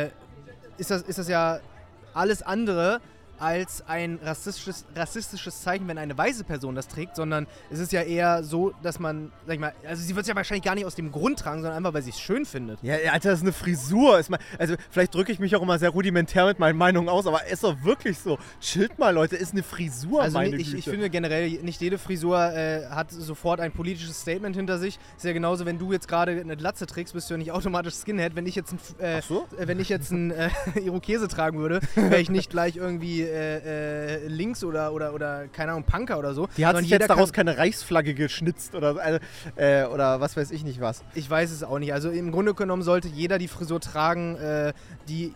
ist das ja alles andere als ein rassistisches Zeichen, wenn eine weiße Person das trägt, sondern es ist ja eher so, dass man, sag ich mal, also sie wird es ja wahrscheinlich gar nicht aus dem Grund tragen, sondern einfach, weil sie es schön findet. Ja, Alter, das ist eine Frisur. Also vielleicht drücke ich mich auch immer sehr rudimentär mit meinen Meinungen aus, aber ist doch wirklich so. Chillt mal, Leute, ist eine Frisur, also meine ich Güte. finde generell, nicht jede Frisur hat sofort ein politisches Statement hinter sich. Ist ja genauso, wenn du jetzt gerade eine Glatze trägst, bist du ja nicht automatisch Skinhead. Wenn ich jetzt einen Irokese tragen würde, wäre ich nicht gleich irgendwie links oder keine Ahnung, Punker oder so. Die hat sich jetzt daraus keine Reichsflagge geschnitzt oder was weiß ich nicht was. Ich weiß es auch nicht. Also im Grunde genommen sollte jeder die Frisur tragen, die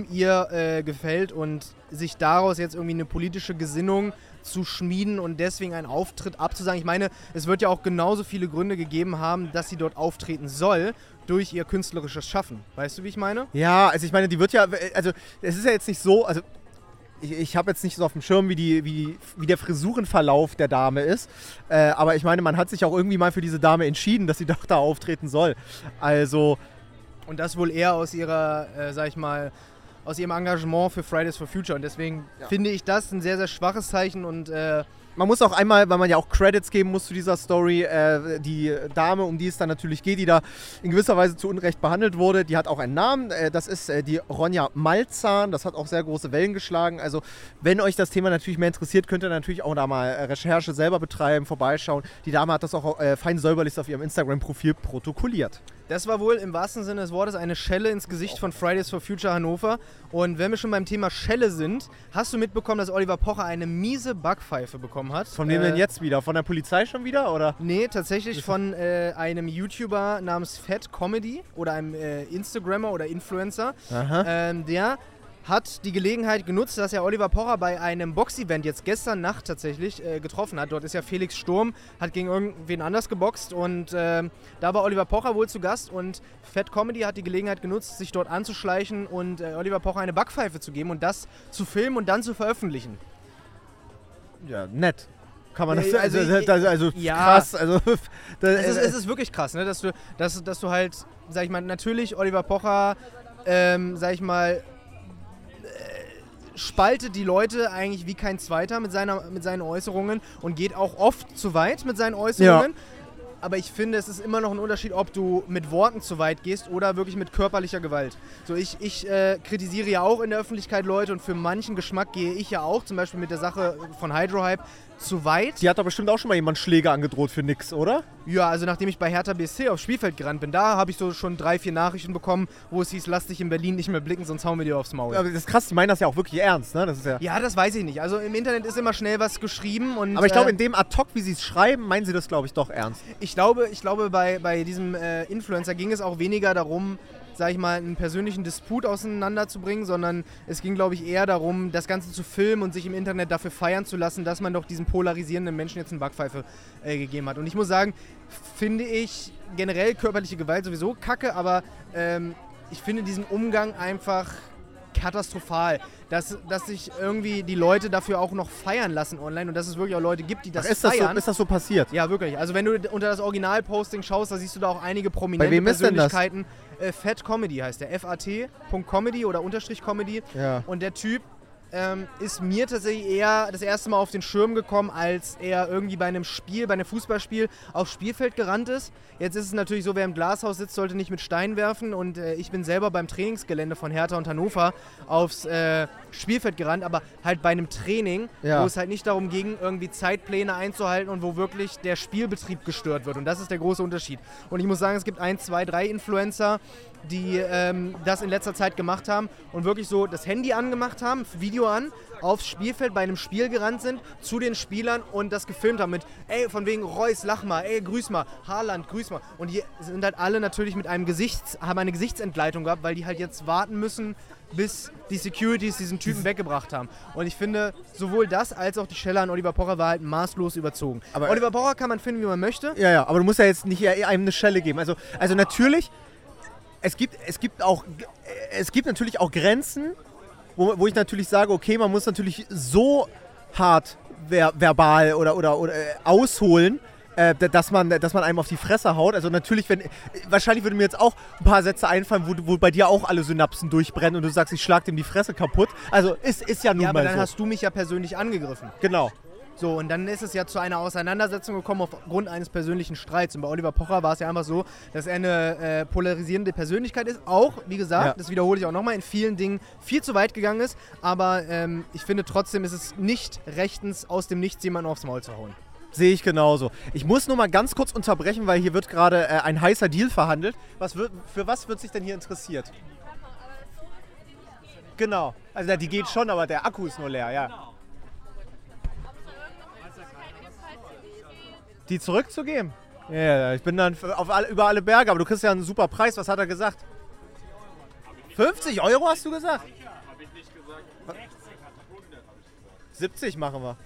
ihr gefällt, und sich daraus jetzt irgendwie eine politische Gesinnung zu schmieden und deswegen einen Auftritt abzusagen. Ich meine, es wird ja auch genauso viele Gründe gegeben haben, dass sie dort auftreten soll, durch ihr künstlerisches Schaffen. Weißt du, wie ich meine? Ja, also ich meine, die wird ja, also es ist ja jetzt nicht so, also ich habe jetzt nicht so auf dem Schirm, wie der Frisurenverlauf der Dame ist. Aber ich meine, man hat sich auch irgendwie mal für diese Dame entschieden, dass sie doch da auftreten soll. Also. Und das wohl eher aus ihrer, sag ich mal, aus ihrem Engagement für Fridays for Future. Und deswegen finde ich das ein sehr, sehr schwaches Zeichen. Und man muss auch einmal, weil man ja auch Credits geben muss zu dieser Story, die Dame, um die es dann natürlich geht, die da in gewisser Weise zu Unrecht behandelt wurde, die hat auch einen Namen. Das ist die Ronja Malzahn. Das hat auch sehr große Wellen geschlagen. Also wenn euch das Thema natürlich mehr interessiert, könnt ihr natürlich auch da mal Recherche selber betreiben, vorbeischauen. Die Dame hat das auch fein säuberlich auf ihrem Instagram-Profil protokolliert. Das war wohl im wahrsten Sinne des Wortes eine Schelle ins Gesicht von Fridays for Future Hannover. Und wenn wir schon beim Thema Schelle sind, hast du mitbekommen, dass Oliver Pocher eine miese Backpfeife bekommen hat? Von wem denn jetzt wieder? Von der Polizei schon wieder, oder? Nee, tatsächlich von einem YouTuber namens Fat Comedy oder einem Instagrammer oder Influencer. Der hat die Gelegenheit genutzt, dass er Oliver Pocher bei einem Boxevent jetzt gestern Nacht tatsächlich getroffen hat. Dort ist ja Felix Sturm, hat gegen irgendwen anders geboxt, und da war Oliver Pocher wohl zu Gast, und Fat Comedy hat die Gelegenheit genutzt, sich dort anzuschleichen und Oliver Pocher eine Backpfeife zu geben und das zu filmen und dann zu veröffentlichen. Ja, nett. Kann man das ja. krass. Also, Es ist wirklich krass, ne? dass du halt, sag ich mal, natürlich Oliver Pocher, sag ich mal, spaltet die Leute eigentlich wie kein Zweiter mit seinen Äußerungen und geht auch oft zu weit mit seinen Äußerungen. Ja. Aber ich finde, es ist immer noch ein Unterschied, ob du mit Worten zu weit gehst oder wirklich mit körperlicher Gewalt. So, ich kritisiere ja auch in der Öffentlichkeit Leute und für manchen Geschmack gehe ich ja auch, zum Beispiel mit der Sache von Hydrohype, zu weit. Die hat doch bestimmt auch schon mal jemand Schläge angedroht für nix, oder? Ja, also nachdem ich bei Hertha BSC aufs Spielfeld gerannt bin, da habe ich so schon 3-4 Nachrichten bekommen, wo es hieß, lass dich in Berlin nicht mehr blicken, sonst hauen wir dir aufs Maul. Aber das ist krass, die meinen das ja auch wirklich ernst, ne? Das ist ja, das weiß ich nicht. Also im Internet ist immer schnell was geschrieben. Und, aber ich glaube, in dem Ad-Hoc, wie sie es schreiben, meinen sie das, glaube ich, doch ernst. Ich glaube bei diesem Influencer ging es auch weniger darum, sag ich mal, einen persönlichen Disput auseinanderzubringen, sondern es ging, glaube ich, eher darum, das Ganze zu filmen und sich im Internet dafür feiern zu lassen, dass man doch diesen polarisierenden Menschen jetzt eine Backpfeife gegeben hat. Und ich muss sagen, finde ich generell körperliche Gewalt sowieso kacke, aber ich finde diesen Umgang einfach katastrophal, dass sich irgendwie die Leute dafür auch noch feiern lassen online und dass es wirklich auch Leute gibt, die das feiern. Ist das so passiert? Ja, wirklich. Also wenn du unter das Original-Posting schaust, da siehst du da auch einige prominente Persönlichkeiten. Fat Comedy heißt der, FAT.comedy oder _Comedy. Ja. Und der Typ ist mir tatsächlich eher das erste Mal auf den Schirm gekommen, als er irgendwie bei einem Fußballspiel aufs Spielfeld gerannt ist. Jetzt ist es natürlich so, wer im Glashaus sitzt, sollte nicht mit Steinen werfen und ich bin selber beim Trainingsgelände von Hertha und Hannover aufs Spielfeld gerannt, aber halt bei einem Training, wo es halt nicht darum ging, irgendwie Zeitpläne einzuhalten und wo wirklich der Spielbetrieb gestört wird und das ist der große Unterschied. Und ich muss sagen, es gibt 1, 2, 3 Influencer, die das in letzter Zeit gemacht haben und wirklich so das Handy angemacht haben, Video an, aufs Spielfeld bei einem Spiel gerannt sind, zu den Spielern und das gefilmt haben mit, ey, von wegen Reus, lach mal, ey, grüß mal, Haaland, grüß mal. Und die sind halt alle natürlich mit haben eine Gesichtsentgleitung gehabt, weil die halt jetzt warten müssen, bis die Securities diesen Typen weggebracht haben. Und ich finde, sowohl das als auch die Schelle an Oliver Pocher war halt maßlos überzogen. Aber Oliver Pocher kann man finden, wie man möchte. Ja, aber du musst ja jetzt nicht einem eine Schelle geben. Also natürlich, es gibt natürlich auch Grenzen, wo ich natürlich sage, okay, man muss natürlich so hart verbal oder ausholen, dass man einem auf die Fresse haut. Also natürlich, wahrscheinlich würde mir jetzt auch ein paar Sätze einfallen, wo bei dir auch alle Synapsen durchbrennen und du sagst, ich schlag dem die Fresse kaputt. Also ist ja nun mal so. Ja, aber dann hast du mich ja persönlich angegriffen. Genau. So, und dann ist es ja zu einer Auseinandersetzung gekommen aufgrund eines persönlichen Streits. Und bei Oliver Pocher war es ja einfach so, dass er eine polarisierende Persönlichkeit ist. Auch, wie gesagt, das wiederhole ich auch nochmal, in vielen Dingen viel zu weit gegangen ist. Aber ich finde trotzdem ist es nicht rechtens, aus dem Nichts jemanden aufs Maul zu hauen. Sehe ich genauso. Ich muss nur mal ganz kurz unterbrechen, weil hier wird gerade ein heißer Deal verhandelt. Für was wird sich denn hier interessiert? Genau. Also die geht schon, aber der Akku ist nur leer, ja. Die zurückzugeben? Ja, ich bin dann über alle Berge, aber du kriegst ja einen super Preis. Was hat er gesagt? 50 Euro hast du gesagt? Habe ich nicht gesagt. 60 hat 100, habe ich gesagt. 70 machen wir.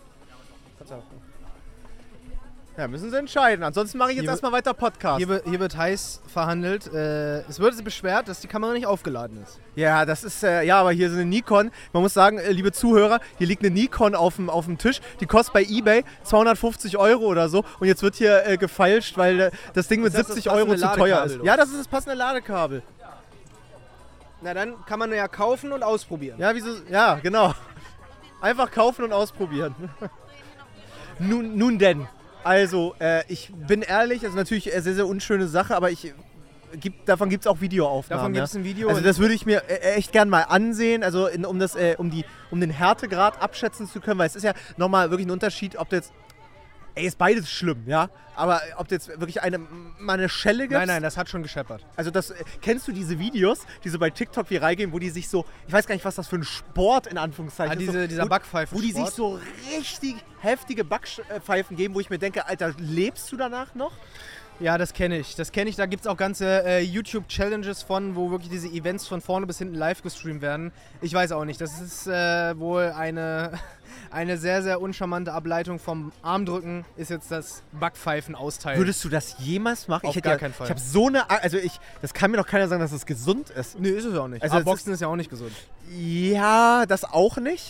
Ja, müssen sie entscheiden. Ansonsten mache ich jetzt erstmal weiter Podcast. Hier wird heiß verhandelt. Es wird beschwert, dass die Kamera nicht aufgeladen ist. Ja, das ist, aber hier ist eine Nikon. Man muss sagen, liebe Zuhörer, hier liegt eine Nikon auf dem Tisch. Die kostet bei eBay 250 Euro oder so. Und jetzt wird hier gefeilscht, weil das Ding mit 70 Euro zu teuer ist. Ja, das ist das passende Ladekabel. Na, dann kann man ja kaufen und ausprobieren. Ja, ja, genau. Einfach kaufen und ausprobieren. Nun denn. Also, ich bin ehrlich, also natürlich eine sehr, sehr unschöne Sache, aber davon gibt es auch Videoaufnahmen. Davon gibt es ein Video. Also das würde ich mir echt gern mal ansehen, also um den Härtegrad abschätzen zu können, weil es ist ja nochmal wirklich ein Unterschied, ob du jetzt, ist beides schlimm, ja, aber ob du jetzt wirklich mal eine Schelle gibst. Nein, das hat schon gescheppert. Also kennst du diese Videos, die so bei TikTok viral gehen, wo die sich so, ich weiß gar nicht, was das für ein Sport in Anführungszeichen ist. Dieser Backpfeifen-Sport. Wo die sich so richtig heftige Backpfeifen geben, wo ich mir denke, Alter, lebst du danach noch? Ja, das kenne ich. Da gibt es auch ganze YouTube-Challenges von, wo wirklich diese Events von vorne bis hinten live gestreamt werden. Ich weiß auch nicht. Das ist wohl eine sehr, sehr uncharmante Ableitung vom Armdrücken, ist jetzt das Backpfeifen austeilen. Würdest du das jemals machen? Auf gar keinen Fall. Ich habe so eine, das kann mir doch keiner sagen, dass das gesund ist. Nee, ist es auch nicht. Also Boxen ist ja auch nicht gesund. Ja, das auch nicht.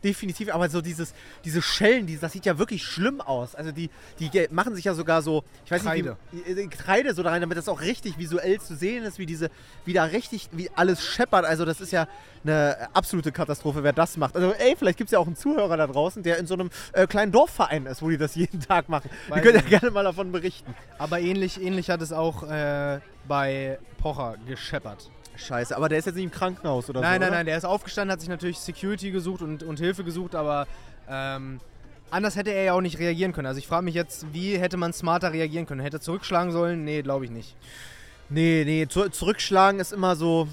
definitiv. Aber so diese Schellen, das sieht ja wirklich schlimm aus. Also die machen sich ja sogar so, ich weiß Kreide. nicht, Kreide so da rein, damit das auch richtig visuell zu sehen ist, wie alles scheppert. Also das ist ja eine absolute Katastrophe, wer das macht. Also vielleicht gibt es ja auch einen Zuhörer da draußen, der in so einem kleinen Dorfverein ist, wo die das jeden Tag machen. Die können ja gerne mal davon berichten. Aber ähnlich hat es auch bei Pocher gescheppert. Scheiße, aber der ist jetzt nicht im Krankenhaus oder so, Nein, der ist aufgestanden, hat sich natürlich Security gesucht und Hilfe gesucht, aber anders hätte er ja auch nicht reagieren können. Also ich frage mich jetzt, wie hätte man smarter reagieren können? Hätte er zurückschlagen sollen? Nee, glaube ich nicht. Nee, zurückschlagen ist immer so...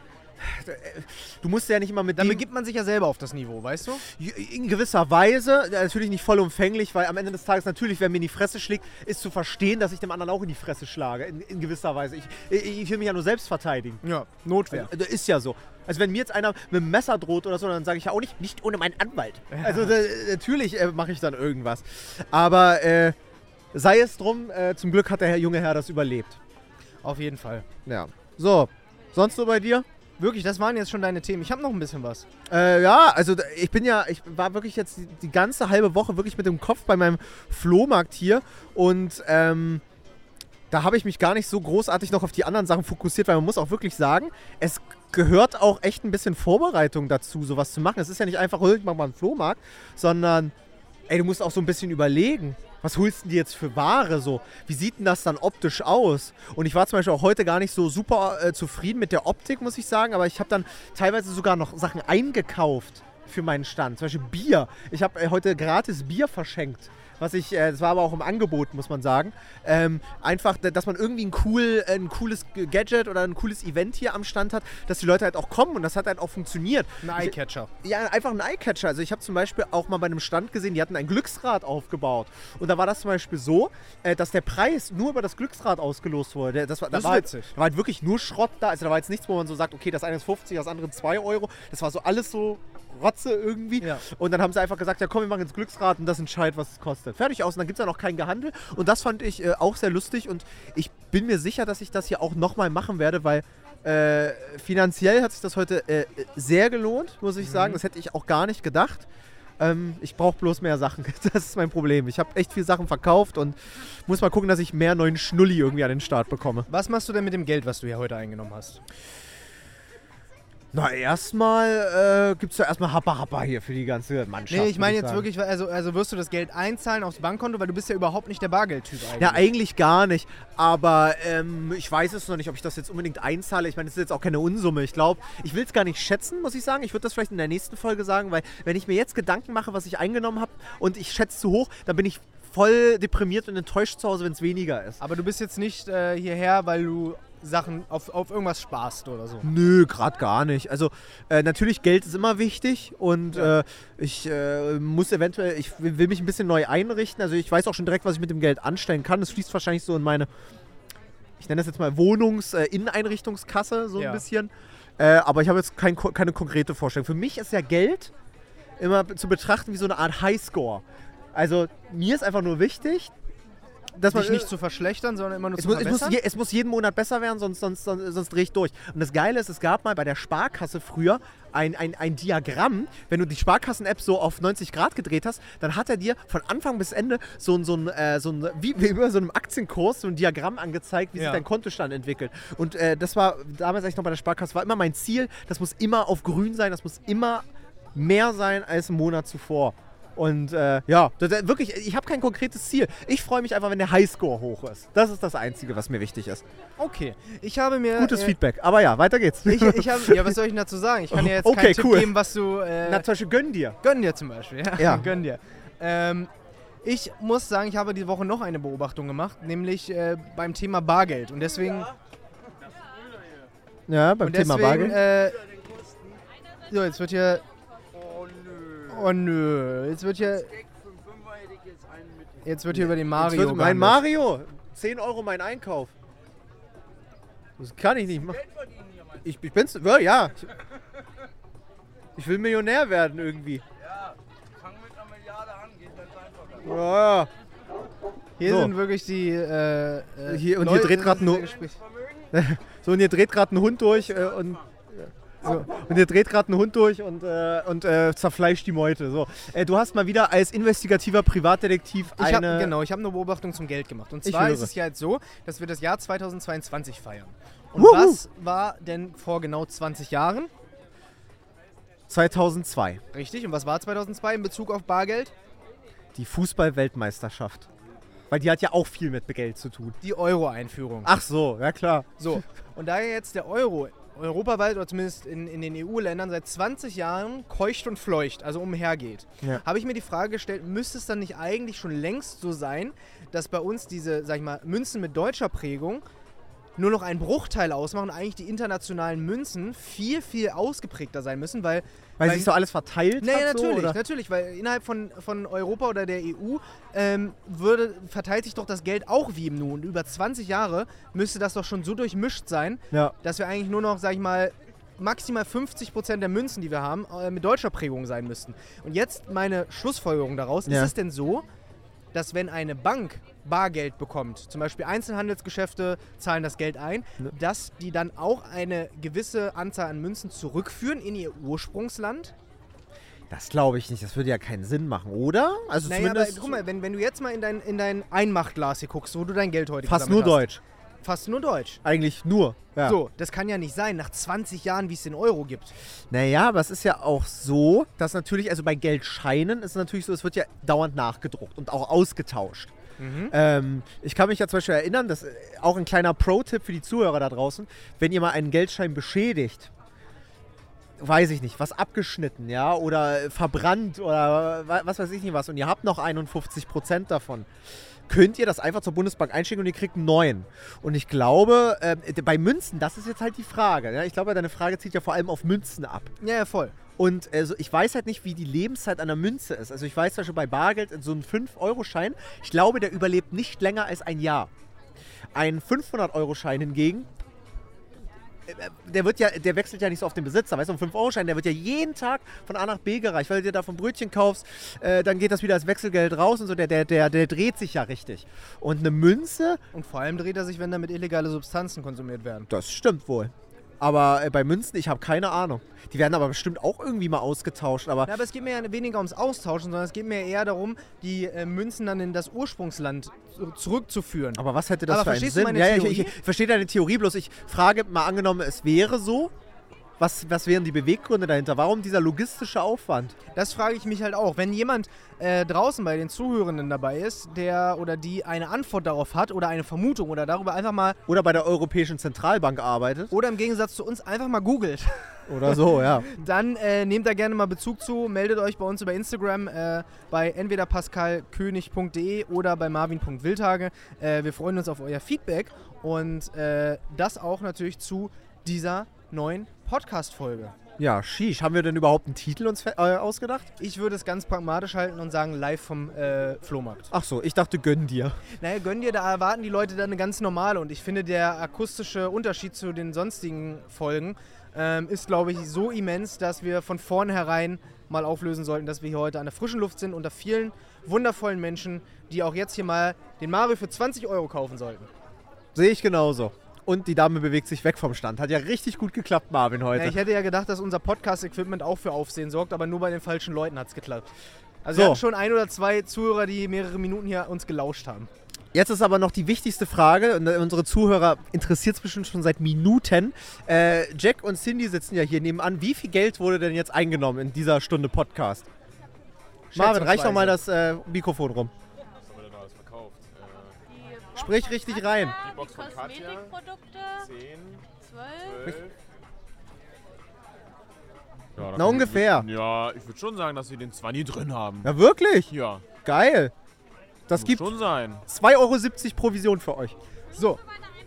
Du musst ja nicht immer mit Dann dem... begibt man sich ja selber auf das Niveau, weißt du? In gewisser Weise, natürlich nicht vollumfänglich, weil am Ende des Tages natürlich, wer mir in die Fresse schlägt, ist zu verstehen, dass ich dem anderen auch in die Fresse schlage, in gewisser Weise. Ich will mich ja nur selbst verteidigen. Ja, Notwehr. Also, ist ja so. Also wenn mir jetzt einer mit einem Messer droht oder so, dann sage ich ja auch nicht ohne meinen Anwalt. Ja. Also natürlich mache ich dann irgendwas. Aber sei es drum, zum Glück hat der junge Herr das überlebt. Auf jeden Fall. Ja. So, sonst so bei dir? Wirklich, das waren jetzt schon deine Themen. Ich habe noch ein bisschen was. Ja, also ich war wirklich jetzt die ganze halbe Woche wirklich mit dem Kopf bei meinem Flohmarkt hier und da habe ich mich gar nicht so großartig noch auf die anderen Sachen fokussiert, weil man muss auch wirklich sagen, es gehört auch echt ein bisschen Vorbereitung dazu, sowas zu machen. Es ist ja nicht einfach, ich mach mal einen Flohmarkt, sondern du musst auch so ein bisschen überlegen. Was holst du dir jetzt für Ware so? Wie sieht denn das dann optisch aus? Und ich war zum Beispiel auch heute gar nicht so super zufrieden mit der Optik, muss ich sagen. Aber ich habe dann teilweise sogar noch Sachen eingekauft für meinen Stand. Zum Beispiel Bier. Ich habe heute gratis Bier verschenkt. Das war aber auch im Angebot, muss man sagen. Einfach, dass man irgendwie ein cooles Gadget oder ein cooles Event hier am Stand hat, dass die Leute halt auch kommen und das hat halt auch funktioniert. Ein Eyecatcher. Ja, einfach ein Eyecatcher. Also ich habe zum Beispiel auch mal bei einem Stand gesehen, die hatten ein Glücksrad aufgebaut. Und da war das zum Beispiel so, dass der Preis nur über das Glücksrad ausgelost wurde. Das ist witzig. Da war halt wirklich nur Schrott da. Also da war jetzt nichts, wo man so sagt, okay, das eine ist 50, das andere 2 Euro. Das war so alles so Rotze irgendwie. Ja. Und dann haben sie einfach gesagt, ja komm, wir machen jetzt Glücksrad und das entscheidet, was es kostet. Fertig aus. Und dann gibt es ja noch keinen Gehandel. Und das fand ich auch sehr lustig. Und ich bin mir sicher, dass ich das hier auch nochmal machen werde, weil finanziell hat sich das heute sehr gelohnt, muss ich sagen. Das hätte ich auch gar nicht gedacht. Ich brauche bloß mehr Sachen. Das ist mein Problem. Ich habe echt viel Sachen verkauft und muss mal gucken, dass ich mehr neuen Schnulli irgendwie an den Start bekomme. Was machst du denn mit dem Geld, was du hier heute eingenommen hast? Na, erstmal gibt es ja erstmal Happa hier für die ganze Mannschaft. Nee, ich meine jetzt wirklich, also wirst du das Geld einzahlen aufs Bankkonto, weil du bist ja überhaupt nicht der Bargeldtyp eigentlich. Ja, eigentlich gar nicht. Aber ich weiß es noch nicht, ob ich das jetzt unbedingt einzahle. Ich meine, das ist jetzt auch keine Unsumme. Ich glaube, ich will es gar nicht schätzen, muss ich sagen. Ich würde das vielleicht in der nächsten Folge sagen, weil wenn ich mir jetzt Gedanken mache, was ich eingenommen habe und ich schätze zu hoch, dann bin ich voll deprimiert und enttäuscht zu Hause, wenn es weniger ist. Aber du bist jetzt nicht hierher, weil du Sachen auf irgendwas sparst oder so? Nö, gerade gar nicht. Also natürlich, Geld ist immer wichtig und ich muss eventuell, ich will mich ein bisschen neu einrichten. Also ich weiß auch schon direkt, was ich mit dem Geld anstellen kann. Das fließt wahrscheinlich so in meine, ich nenne das jetzt mal Inneneinrichtungskasse so ein bisschen. Aber ich habe jetzt keine konkrete Vorstellung. Für mich ist ja Geld immer zu betrachten wie so eine Art Highscore. Also mir ist einfach nur wichtig, dass man dich nicht zu verschlechtern, sondern immer nur zu verbessern? Es muss jeden Monat besser werden, sonst drehe ich durch. Und das Geile ist, es gab mal bei der Sparkasse früher ein Diagramm. Wenn du die Sparkassen-App so auf 90 Grad gedreht hast, dann hat er dir von Anfang bis Ende wie über so einem Aktienkurs so ein Diagramm angezeigt, wie sich dein Kontostand entwickelt. Und das war damals eigentlich noch bei der Sparkasse, war immer mein Ziel, das muss immer auf grün sein, das muss immer mehr sein als im Monat zuvor. Und wirklich, ich habe kein konkretes Ziel. Ich freue mich einfach, wenn der Highscore hoch ist. Das ist das Einzige, was mir wichtig ist. Okay, ich habe mir... Gutes Feedback, aber ja, weiter geht's. Was soll ich denn dazu sagen? Ich kann dir jetzt keinen Tipp geben, was du... Na, zum Beispiel gönn dir. Gönn dir zum Beispiel, ja. Gönn dir. Ich muss sagen, ich habe diese Woche noch eine Beobachtung gemacht, nämlich beim Thema Bargeld. Und deswegen... Ja, beim Thema Bargeld. So, jetzt wird hier... Oh nö, jetzt wird hier über den Mario mein Mario, 10 Euro mein Einkauf. Das kann ich nicht machen. Ich bin's, ja. Ich will Millionär werden irgendwie. Ja, fang mit einer Milliarde an, geht ganz einfach. Ja. Hier sind wirklich die hier dreht gerade ein Hund durch und So. Und ihr dreht gerade einen Hund durch und zerfleischt die Meute. So. Du hast mal wieder als investigativer Privatdetektiv Ich habe eine Beobachtung zum Geld gemacht. Und zwar ist es ja jetzt so, dass wir das Jahr 2022 feiern. Und was war denn vor genau 20 Jahren? 2002. Richtig. Und was war 2002 in Bezug auf Bargeld? Die Fußball-Weltmeisterschaft. Weil die hat ja auch viel mit Geld zu tun. Die Euro-Einführung. Ach so, ja klar. So, und da jetzt der Euro europaweit oder zumindest in den EU-Ländern seit 20 Jahren keucht und fleucht, also umhergeht, habe ich mir die Frage gestellt, müsste es dann nicht eigentlich schon längst so sein, dass bei uns diese, sag ich mal, Münzen mit deutscher Prägung nur noch einen Bruchteil ausmachen und eigentlich die internationalen Münzen viel, viel ausgeprägter sein müssen, weil sich so alles verteilt hat? Naja, natürlich, natürlich, weil innerhalb von Europa oder der EU verteilt sich doch das Geld auch wie im Nu. Und über 20 Jahre müsste das doch schon so durchmischt sein, dass wir eigentlich nur noch, sag ich mal, maximal 50% der Münzen, die wir haben, mit deutscher Prägung sein müssten. Und jetzt meine Schlussfolgerung daraus, ist es denn so, dass wenn eine Bank Bargeld bekommt, zum Beispiel Einzelhandelsgeschäfte zahlen das Geld ein, dass die dann auch eine gewisse Anzahl an Münzen zurückführen in ihr Ursprungsland? Das glaube ich nicht, das würde ja keinen Sinn machen, oder? Also naja, aber guck mal, wenn du jetzt mal in dein Einmachglas hier guckst, wo du dein Geld heute fast nur hast. Deutsch. Fast nur Deutsch. Eigentlich nur, ja. So, das kann ja nicht sein, nach 20 Jahren, wie es den Euro gibt. Naja, aber es ist ja auch so, dass natürlich, also bei Geldscheinen ist es natürlich so, es wird ja dauernd nachgedruckt und auch ausgetauscht. Ich kann mich ja zum Beispiel erinnern, das ist auch ein kleiner Pro-Tipp für die Zuhörer da draußen, wenn ihr mal einen Geldschein beschädigt, weiß ich nicht, was abgeschnitten, ja, oder verbrannt oder was weiß ich nicht was und ihr habt noch 51% davon, könnt ihr das einfach zur Bundesbank einschicken und ihr kriegt einen neuen. Und ich glaube, bei Münzen, das ist jetzt halt die Frage. Ja? Ich glaube, deine Frage zielt ja vor allem auf Münzen ab. Ja, voll. Und ich weiß halt nicht, wie die Lebenszeit einer Münze ist. Also ich weiß zum Beispiel bei Bargeld, so ein 5-Euro-Schein, ich glaube, der überlebt nicht länger als ein Jahr. Ein 500-Euro-Schein hingegen, der wechselt ja nicht so auf den Besitzer. Weißt du, ein 5-Euro-Schein, der wird ja jeden Tag von A nach B gereicht, weil du dir davon Brötchen kaufst, dann geht das wieder als Wechselgeld raus und so, der dreht sich ja richtig. Und eine Münze... Und vor allem dreht er sich, wenn damit illegale Substanzen konsumiert werden. Das stimmt wohl. Aber bei Münzen, ich habe keine Ahnung. Die werden aber bestimmt auch irgendwie mal ausgetauscht. Aber es geht mir ja weniger ums Austauschen, sondern es geht mir eher darum, die Münzen dann in das Ursprungsland zurückzuführen. Aber was hätte das für einen Sinn? Ich verstehe deine Theorie, bloß ich frage mal angenommen, es wäre so. Was wären die Beweggründe dahinter? Warum dieser logistische Aufwand? Das frage ich mich halt auch. Wenn jemand draußen bei den Zuhörenden dabei ist, der oder die eine Antwort darauf hat oder eine Vermutung oder darüber einfach mal... Oder bei der Europäischen Zentralbank arbeitet. Oder im Gegensatz zu uns einfach mal googelt. Oder so, ja. Dann nehmt da gerne mal Bezug zu, meldet euch bei uns über Instagram bei entweder pascalkönig.de oder bei marvin.wildhage. Wir freuen uns auf euer Feedback und das auch natürlich zu dieser neuen Podcast-Folge. Ja, sheesh. Haben wir denn überhaupt einen Titel uns ausgedacht? Ich würde es ganz pragmatisch halten und sagen, live vom Flohmarkt. Ach so, ich dachte, gönn dir. Naja, gönn dir, da erwarten die Leute dann eine ganz normale. Und ich finde, der akustische Unterschied zu den sonstigen Folgen ist, glaube ich, so immens, dass wir von vornherein mal auflösen sollten, dass wir hier heute an der frischen Luft sind, unter vielen wundervollen Menschen, die auch jetzt hier mal den Mario für 20 Euro kaufen sollten. Sehe ich genauso. Und die Dame bewegt sich weg vom Stand. Hat ja richtig gut geklappt, Marvin, heute. Ja, ich hätte ja gedacht, dass unser Podcast-Equipment auch für Aufsehen sorgt, aber nur bei den falschen Leuten hat es geklappt. Also wir hatten schon 1 oder 2 Zuhörer, die mehrere Minuten hier uns gelauscht haben. Jetzt ist aber noch die wichtigste Frage, und unsere Zuhörer interessiert es bestimmt schon seit Minuten. Jack und Cindy sitzen ja hier nebenan. Wie viel Geld wurde denn jetzt eingenommen in dieser Stunde Podcast? Marvin, reich doch mal das Mikrofon rum. Sprich richtig rein. Die Box von Kosmetikprodukte. 10, 12. Ja, Na, ungefähr. Ich würde schon sagen, dass wir den 20 drin haben. Ja, wirklich? Ja. Geil. Das Muss gibt schon sein. 2,70 € Provision für euch. So.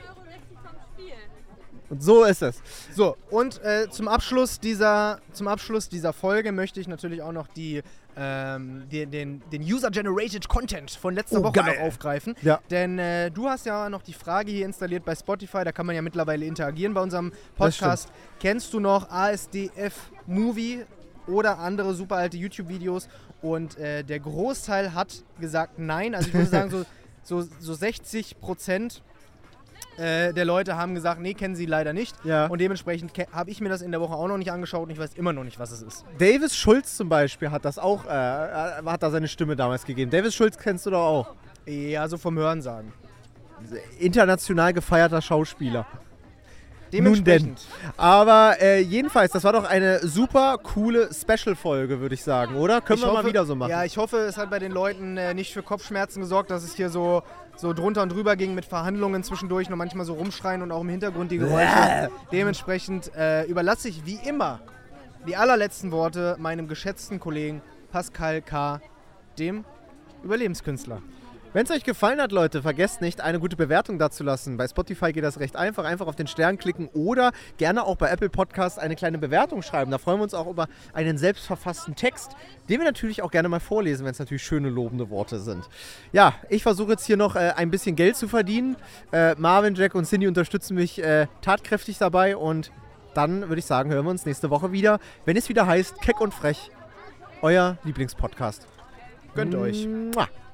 Und so ist es. So, und zum Abschluss dieser Folge möchte ich natürlich auch noch den User-Generated Content von letzter Woche noch aufgreifen. Ja. Denn du hast ja noch die Frage hier installiert bei Spotify, da kann man ja mittlerweile interagieren bei unserem Podcast. Kennst du noch ASDF Movie oder andere super alte YouTube-Videos? Und der Großteil hat gesagt nein. Also ich würde sagen, so 60% der Leute haben gesagt, nee, kennen sie leider nicht. Ja. Und dementsprechend habe ich mir das in der Woche auch noch nicht angeschaut und ich weiß immer noch nicht, was es ist. Davis Schulz zum Beispiel hat das auch, hat da seine Stimme damals gegeben. Davis Schulz kennst du doch auch. Ja, so vom Hörensagen. International gefeierter Schauspieler. Dementsprechend. Aber jedenfalls, das war doch eine super coole Special-Folge, würde ich sagen, oder? Können wir mal wieder so machen. Ja, ich hoffe, es hat bei den Leuten nicht für Kopfschmerzen gesorgt, dass es hier so drunter und drüber ging mit Verhandlungen zwischendurch und manchmal so rumschreien und auch im Hintergrund die Geräusche. Dementsprechend überlasse ich wie immer die allerletzten Worte meinem geschätzten Kollegen Pascal K., dem Überlebenskünstler. Wenn es euch gefallen hat, Leute, vergesst nicht, eine gute Bewertung dazulassen. Bei Spotify geht das recht einfach. Einfach auf den Stern klicken oder gerne auch bei Apple Podcasts eine kleine Bewertung schreiben. Da freuen wir uns auch über einen selbstverfassten Text, den wir natürlich auch gerne mal vorlesen, wenn es natürlich schöne, lobende Worte sind. Ja, ich versuche jetzt hier noch ein bisschen Geld zu verdienen. Marvin, Jack und Cindy unterstützen mich tatkräftig dabei und dann würde ich sagen, hören wir uns nächste Woche wieder, wenn es wieder heißt Keck und Frech, euer Lieblingspodcast. Gönnt euch. Mua.